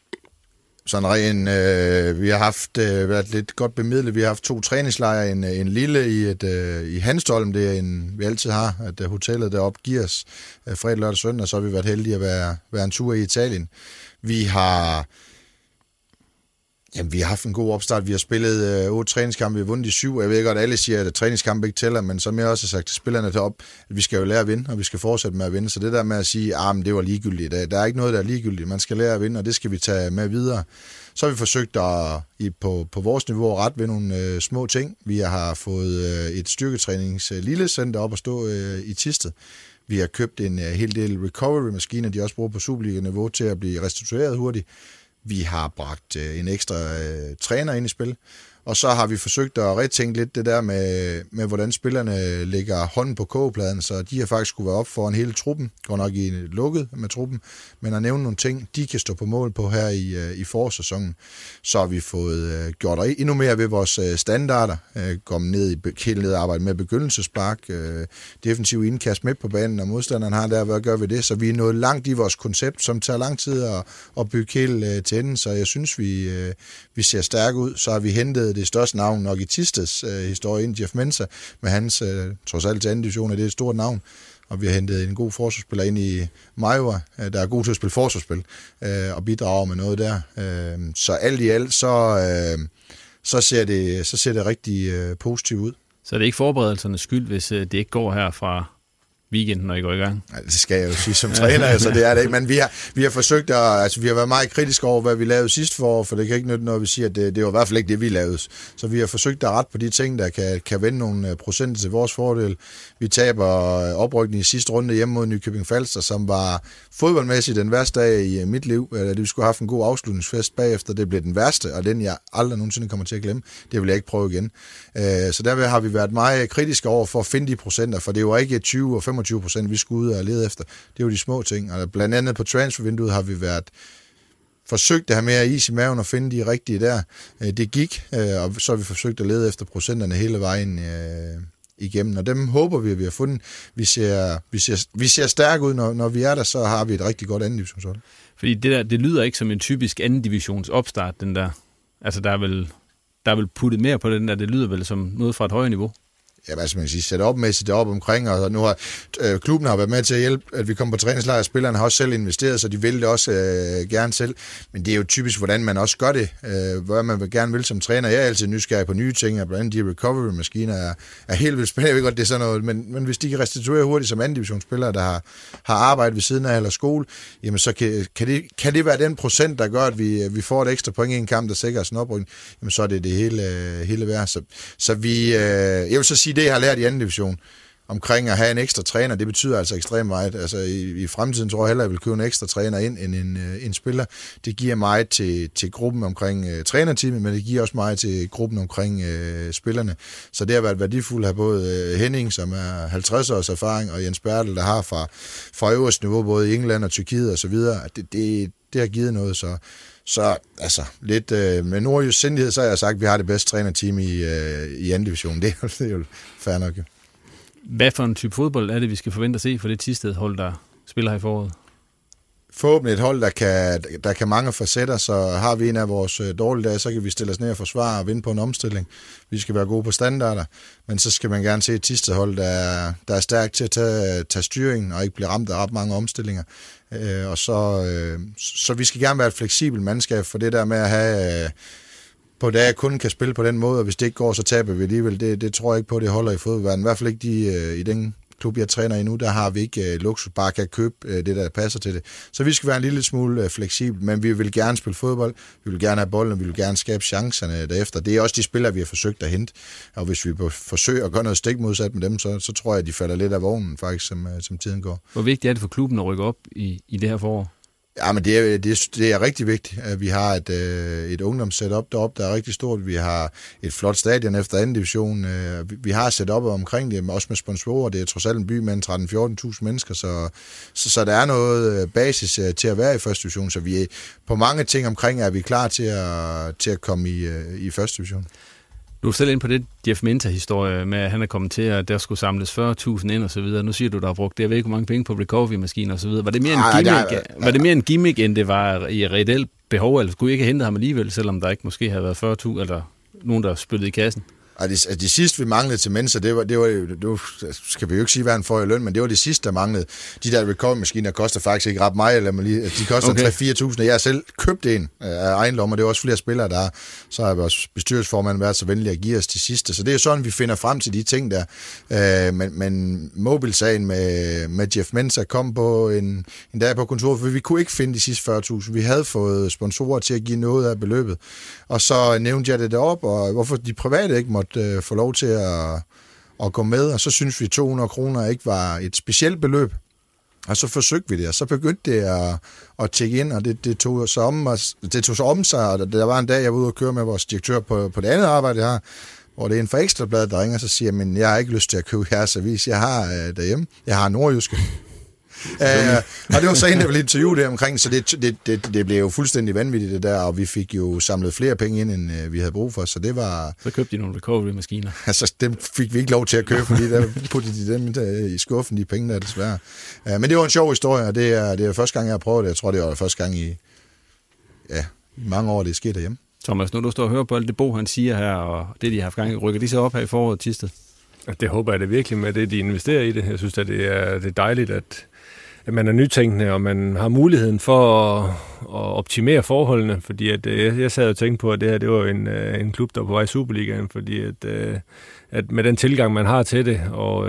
Sådan ren, øh, vi har haft øh, været lidt godt bemidlet. Vi har haft to træningslejre, en, en lille i, et, øh, i Hanstholm, det er en, vi altid har, at uh, hotellet deroppe giver os øh, fredag, lørdag og søndag, og så har vi været heldige at være, være en tur i Italien. Vi har... Jamen, vi har haft en god opstart. Vi har spillet øh, otte træningskampe, vi har vundet de syv. Jeg ved godt, at alle siger, at træningskampe ikke tæller, men som jeg også har sagt til spillerne derop, at vi skal jo lære at vinde, og vi skal fortsætte med at vinde. Så det der med at sige, at ah, det var ligegyldigt, der, der er ikke noget, der er ligegyldigt. Man skal lære at vinde, og det skal vi tage med videre. Så har vi forsøgt at i, på, på vores niveau ret ved nogle øh, små ting. Vi har fået øh, et styrketrænings øh, lille center op at stå øh, i Thisted. Vi har købt en øh, hel del recovery-maskiner, de også bruger på Superliga-niveau til at blive restitueret hurtigt. Vi har bragt øh, en ekstra øh, træner ind i spil, og så har vi forsøgt at retænke lidt det der med, med hvordan spillerne lægger hånden på kogepladen, så de har faktisk skulle være op for en hele truppen, går nok i lukket med truppen, men at nævne nogle ting, de kan stå på mål på her i, øh, i forårssæsonen. Så har vi fået øh, gjort endnu mere ved vores øh, standarder, øh, komme ned i helt ned og arbejde med begyndelsespark, øh, defensiv indkast med på banen, og modstanderen har der, hvad gør vi det? Så vi er nået langt i vores koncept, som tager lang tid at, at bygge helt øh, til enden, så jeg synes, vi, øh, vi ser stærke ud. Så har vi hentet det største navn nok i Thisteds øh, historie, ind Jeff Mensah, med hans, øh, trods alt til anden division, er det et stort navn, og vi har hentet en god forsvarsspiller ind i Major, øh, der er god til at spille forsvarsspil, øh, og bidrager med noget der. Øh, så alt i alt, så, øh, så, ser, det, så ser det rigtig øh, positivt ud. Så er det ikke forberedelsernes skyld, hvis øh, det ikke går her fra weekenden, når I går i gang? Nej, det skal jeg jo sige som træner, altså det er det ikke, men vi har, vi har forsøgt at, altså vi har været meget kritiske over, hvad vi lavede sidste forår, for det kan ikke nytte, når vi siger, at det, det var i hvert fald ikke det, vi lavede. Så vi har forsøgt at rette på de ting, der kan, kan vende nogle procent til vores fordel. Vi taber oprykning i sidste runde hjemme mod Nykøbing Falster, som var fodboldmæssigt den værste dag i mit liv. Vi skulle have haft en god afslutningsfest bagefter, det blev den værste, og den jeg aldrig nogensinde kommer til at glemme. Det vil jeg ikke prøve igen. Så derved har vi været meget kritiske over for at finde de procenter, for det var ikke tyve og femogtyve procent, vi skulle ud og lede efter. Det er jo de små ting. Og blandt andet på transfervinduet har vi været forsøgt at have mere is i maven og finde de rigtige der. Det gik, og så har vi forsøgt at lede efter procenterne hele vejen igennem, og dem håber vi, at vi har fundet. Vi ser, vi ser, vi ser stærke ud, når, når vi er der, så har vi et rigtig godt anden divisionshold. Fordi det der, det lyder ikke som en typisk anden divisions opstart, den der. Altså der er vel der er vel puttet mere på den, der det lyder vel som noget fra et højere niveau. Ja, altså man kan sige, sætte opmæssigt det op omkring, og nu har øh, klubben har været med til at hjælpe, at vi kommer på træningslejr, og spillerne har også selv investeret, så de vil det også øh, gerne selv, men det er jo typisk, hvordan man også gør det, øh, hvad man vil gerne vil som træner. Jeg er altid nysgerrig på nye ting, og blandt andet de recovery-maskiner er, er helt vildt spændende. Jeg ved godt, det er sådan noget, men, men hvis de kan restituere hurtigt som anden divisionsspillere, der har, har arbejdet ved siden af eller skole, jamen så kan, kan, det, kan det være den procent, der gør, at vi, vi får et ekstra point i en kamp, der sikrer os en oprykning, jamen så er det det hele, hele værd. Så, så vi, øh, jeg vil så sige, det jeg har lært i anden division omkring at have en ekstra træner, det betyder altså ekstremt meget. Altså i, i fremtiden tror jeg hellere, at jeg vil købe en ekstra træner ind end en, en spiller. Det giver meget til, til gruppen omkring uh, trænerteamet, men det giver også meget til gruppen omkring uh, spillerne. Så det har været værdifuldt at have både uh, Henning, som er halvtreds års erfaring, og Jens Bertel, der har fra, fra øverste niveau, både i England og Tyrkiet og så videre. Det, det, det har givet noget, så Så altså, lidt øh, med nordjysk sindighed, så har jeg sagt, at vi har det bedste trænerteam i, øh, i anden division. Det er, det er jo fair nok. Hvad for en type fodbold er det, vi skal forvente at se for det Thisted-hold, der spiller her i foråret? Forhåbentlig et hold, der kan, der kan mange facetter, så har vi en af vores dårlige dage, så kan vi stille os ned og forsvare og vinde på en omstilling. Vi skal være gode på standarder, men så skal man gerne se et Thisted-hold, der er, der er stærkt til at tage, tage styringen og ikke blive ramt af ret mange omstillinger. Øh, og så, øh, så vi skal gerne være et fleksibelt mandskab, for det der med at have... Øh, på dage kun kan spille på den måde, og hvis det ikke går, så taber vi alligevel. Det, det tror jeg ikke på, det holder i fodboldverdenen. I hvert fald ikke de, øh, i den klub, jeg træner i nu, der har vi ikke øh, luksus, bare kan købe øh, det, der passer til det. Så vi skal være en lille smule øh, fleksibel, men vi vil gerne spille fodbold, vi vil gerne have bolden, vi vil gerne skabe chancerne derefter. Det er også de spillere, vi har forsøgt at hente, og hvis vi forsøger at gøre noget stik modsat med dem, så, så tror jeg, at de falder lidt af vognen, faktisk, som, øh, som tiden går. Hvor vigtigt er det for klubben at rykke op i, i det her forår? Ja, men det er, det, er, det er rigtig vigtigt, at vi har et, øh, et ungdomssetup deroppe, der er rigtig stort. Vi har et flot stadion efter anden division. Øh, vi, vi har setupet omkring det, også med sponsorer. Det er trods alt en by med tretten til fjorten tusind mennesker, så, så, så der er noget basis øh, til at være i første division. Så vi er på mange ting omkring, er vi klar til at, til at komme i, øh, i første division. Du er selv ind på det Jeff Minter-historie med, at han er kommet til, at der skulle samles fyrre tusind ind og så videre. Nu siger du, der har brugt det. Jeg ved ikke, hvor mange penge på recovery-maskiner og så videre. Var det mere en gimmick, Ej, ja, ja. Var det mere en gimmick, end det var i reelt behov? Eller skulle I ikke have hentet ham alligevel, selvom der ikke måske havde været fyrre tusind, eller nogen, der spyttede i kassen? Og det, de sidste, vi manglede til Mensa, det var, det var, det var, skal vi jo ikke sige, hvad han får i løn, men det var det sidste, der manglede. De der recovery-maskiner koster faktisk ikke ret meget, eller lige, de koster okay. tre til fire tusind, og jeg har selv købt en af egen lomme, og det er også flere spillere, der har. Så har vores bestyrelsesformand været så venlig at give os de sidste. Så det er sådan, vi finder frem til de ting der. Øh, men, men mobilsagen med, med Jeff Mensa kom på en, en dag på kontoret, for vi kunne ikke finde de sidste fyrre tusind. Vi havde fået sponsorer til at give noget af beløbet. Og så nævnte jeg det derop, og hvorfor de private ikke måtte øh, få lov til at, at gå med, og så synes vi, at to hundrede kroner ikke var et specielt beløb. Og så forsøgte vi det, og så begyndte det at, at tække ind, og det, det, tog sig om, det tog sig om sig, og der var en dag, jeg var ude og køre med vores direktør på, på det andet arbejde, jeg har, hvor det er en fra Ekstrabladet, der ringer, og så siger, men jeg har ikke lyst til at købe jeres avis, jeg har øh, derhjemme, jeg har nordjyske. Uh, og det var så en, der ville interviewe det omkring, så det, det, det, det blev jo fuldstændig vanvittigt det der, og vi fik jo samlet flere penge ind, end uh, vi havde brug for, så det var... Så købte de nogle recovery-maskiner. Altså, dem fik vi ikke lov til at købe, fordi der puttede de dem der i skuffen, de penge der desværre. Uh, men det var en sjov historie, og det er, det er første gang, jeg har prøvet det. Jeg tror, det var første gang i, ja, i mange år, det er sket derhjemme. Thomas, når du står og hører på alt det Bo, han siger her, og det, de har haft gang i, rykker de så op her i foråret Thisted? Det håber jeg det virkelig med det, de investerer i det. Jeg synes, at det er, det er dejligt, at at man er nytænkende, og man har muligheden for at, at optimere forholdene, fordi at, jeg, jeg sad og tænkte på, at det her det var en, en klub, der var på vej i Superligaen, fordi at, at med den tilgang, man har til det, og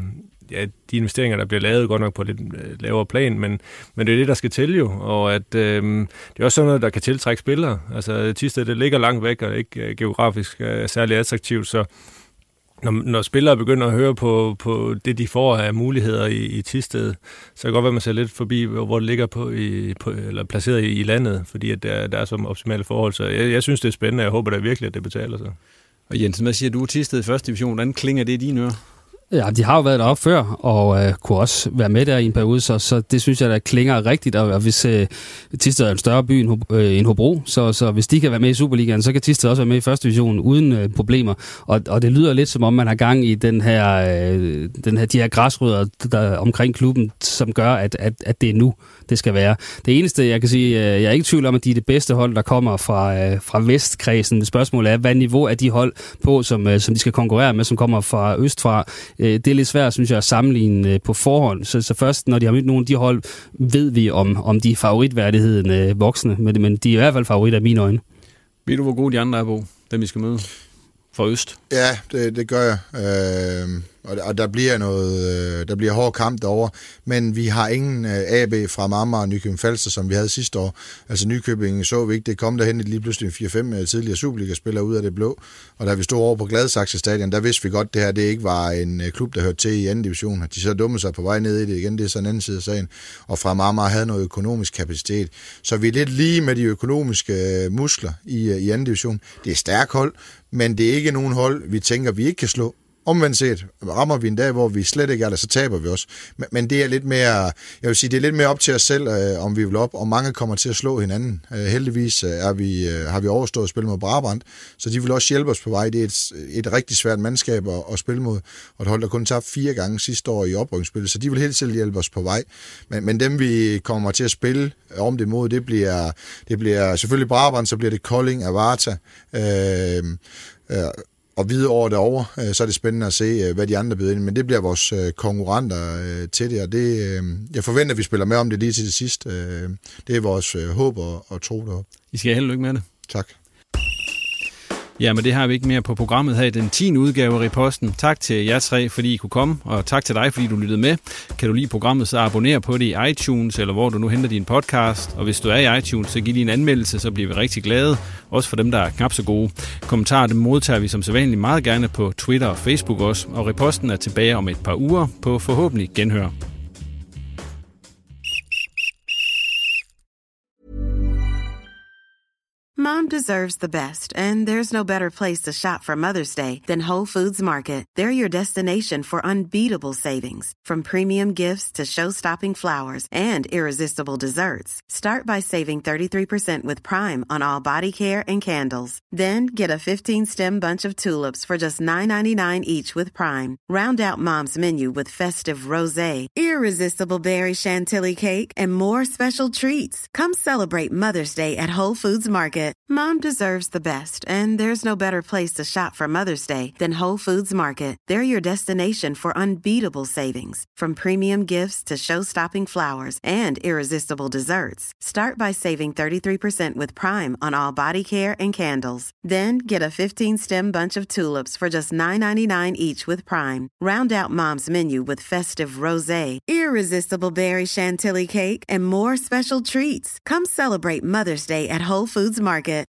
ja, de investeringer, der bliver lavet, godt nok på lidt lavere plan, men, men det er det, der skal til jo, og at øh, det er også sådan noget, der kan tiltrække spillere. Altså Thisted, det ligger langt væk, og ikke geografisk er særlig attraktivt, så Når, når spillere begynder at høre på, på det, de får af muligheder i, i Thisted, så kan det godt være, at man ser lidt forbi, hvor det ligger på, i, på, eller placeret i, i landet, fordi at der, der er så optimale forhold. Så jeg, jeg synes, det er spændende, og jeg håber da virkelig, at det betaler sig. Og Jensen, hvad siger du? Thisted i første division, hvordan klinger det i dine ører? Ja, de har jo været deroppe før, og øh, kunne også være med der i en periode, så, så det synes jeg, der klinger rigtigt. Og, og hvis øh, Thisted er en større by end, øh, end Hobro, så, så hvis de kan være med i Superligaen, så kan Thisted også være med i første division uden øh, problemer. Og, og det lyder lidt som om, man har gang i den her, øh, den her, de her græsrødder der, omkring klubben, som gør, at, at, at det er nu, det skal være. Det eneste, jeg kan sige, øh, jeg er ikke i tvivl om, at de er det bedste hold, der kommer fra, øh, fra vestkredsen. Spørgsmålet er, hvad niveau er de hold på, som, øh, som de skal konkurrere med, som kommer fra østfra. Det er lidt svært, synes jeg, at sammenligne på forhånd. Så, så først, når de har mødt nogle af de hold, ved vi, om, om de er favoritværdigheden øh, voksne. Men, men de er i hvert fald favoritter i mine øjne. Ved du, hvor gode de andre er, Bo? Dem, vi skal møde fra øst? Ja, det, det gør jeg. Øh, og, og der bliver noget, øh, der bliver hård kamp derovre. Men vi har ingen øh, A B fra Amager og Nykøbing Falster, som vi havde sidste år. Altså Nykøbing så vi ikke. Det kom derhen lige pludselig fire fem tidligere Superliga-spillere ud af det blå. Og da vi stod over på Gladsaxe Stadion, der vidste vi godt, at det her det ikke var en øh, klub, der hørte til i anden division. De så dummede sig på vej ned i det igen. Det er så en anden side af sagen. Og fra Amager havde noget økonomisk kapacitet. Så vi er lidt lige med de økonomiske øh, muskler i, øh, i anden division. Det er stærk hold, men det er ikke nogen hold, vi tænker, vi ikke kan slå. Omvendt set, rammer vi en dag, hvor vi slet ikke er der, så taber vi også. Men, men det er lidt mere, jeg vil sige, det er lidt mere op til os selv, øh, om vi vil op, og mange kommer til at slå hinanden. Øh, heldigvis øh, er vi, øh, har vi overstået at spille mod Brabrand, så de vil også hjælpe os på vej. Det er et, et rigtig svært mandskab at, at spille mod, og et hold, der kun tabte fire gange sidste år i oprykningsspillet, så de vil helt selv hjælpe os på vej. Men, men dem, vi kommer til at spille om det mod, det bliver, det bliver selvfølgelig Brabrand, så bliver det Kolding, Avarta, øh, øh, og videre over derovre, så er det spændende at se, hvad de andre byder ind. Men det bliver vores konkurrenter til det, og det, jeg forventer, at vi spiller med om det lige til det sidste. Det er vores håb og, og tro deroppe. I skal have held og lykke med det. Tak. Ja, men det har vi ikke mere på programmet her i den tiende udgave af Riposten. Tak til jer tre, fordi I kunne komme, og tak til dig, fordi du lyttede med. Kan du lide programmet, så abonner på det i iTunes, eller hvor du nu henter din podcast. Og hvis du er i iTunes, så giv lige en anmeldelse, så bliver vi rigtig glade. Også for dem, der er knap så gode. Kommentarer, dem modtager vi som sædvanligt meget gerne på Twitter og Facebook også. Og Riposten er tilbage om et par uger på forhåbentlig genhør. Mom deserves the best, and there's no better place to shop for Mother's Day than Whole Foods Market. They're your destination for unbeatable savings, from premium gifts to show-stopping flowers and irresistible desserts. Start by saving thirty-three percent with Prime on all body care and candles. Then get a fifteen-stem bunch of tulips for just nine ninety-nine each with Prime. Round out Mom's menu with festive rosé, irresistible berry chantilly cake, and more special treats. Come celebrate Mother's Day at Whole Foods Market. Mom deserves the best, and there's no better place to shop for Mother's Day than Whole Foods Market. They're your destination for unbeatable savings, from premium gifts to show-stopping flowers and irresistible desserts. Start by saving thirty-three percent with Prime on all body care and candles. Then get a fifteen-stem bunch of tulips for just nine ninety-nine each with Prime. Round out Mom's menu with festive rosé, irresistible berry chantilly cake, and more special treats. Come celebrate Mother's Day at Whole Foods Market.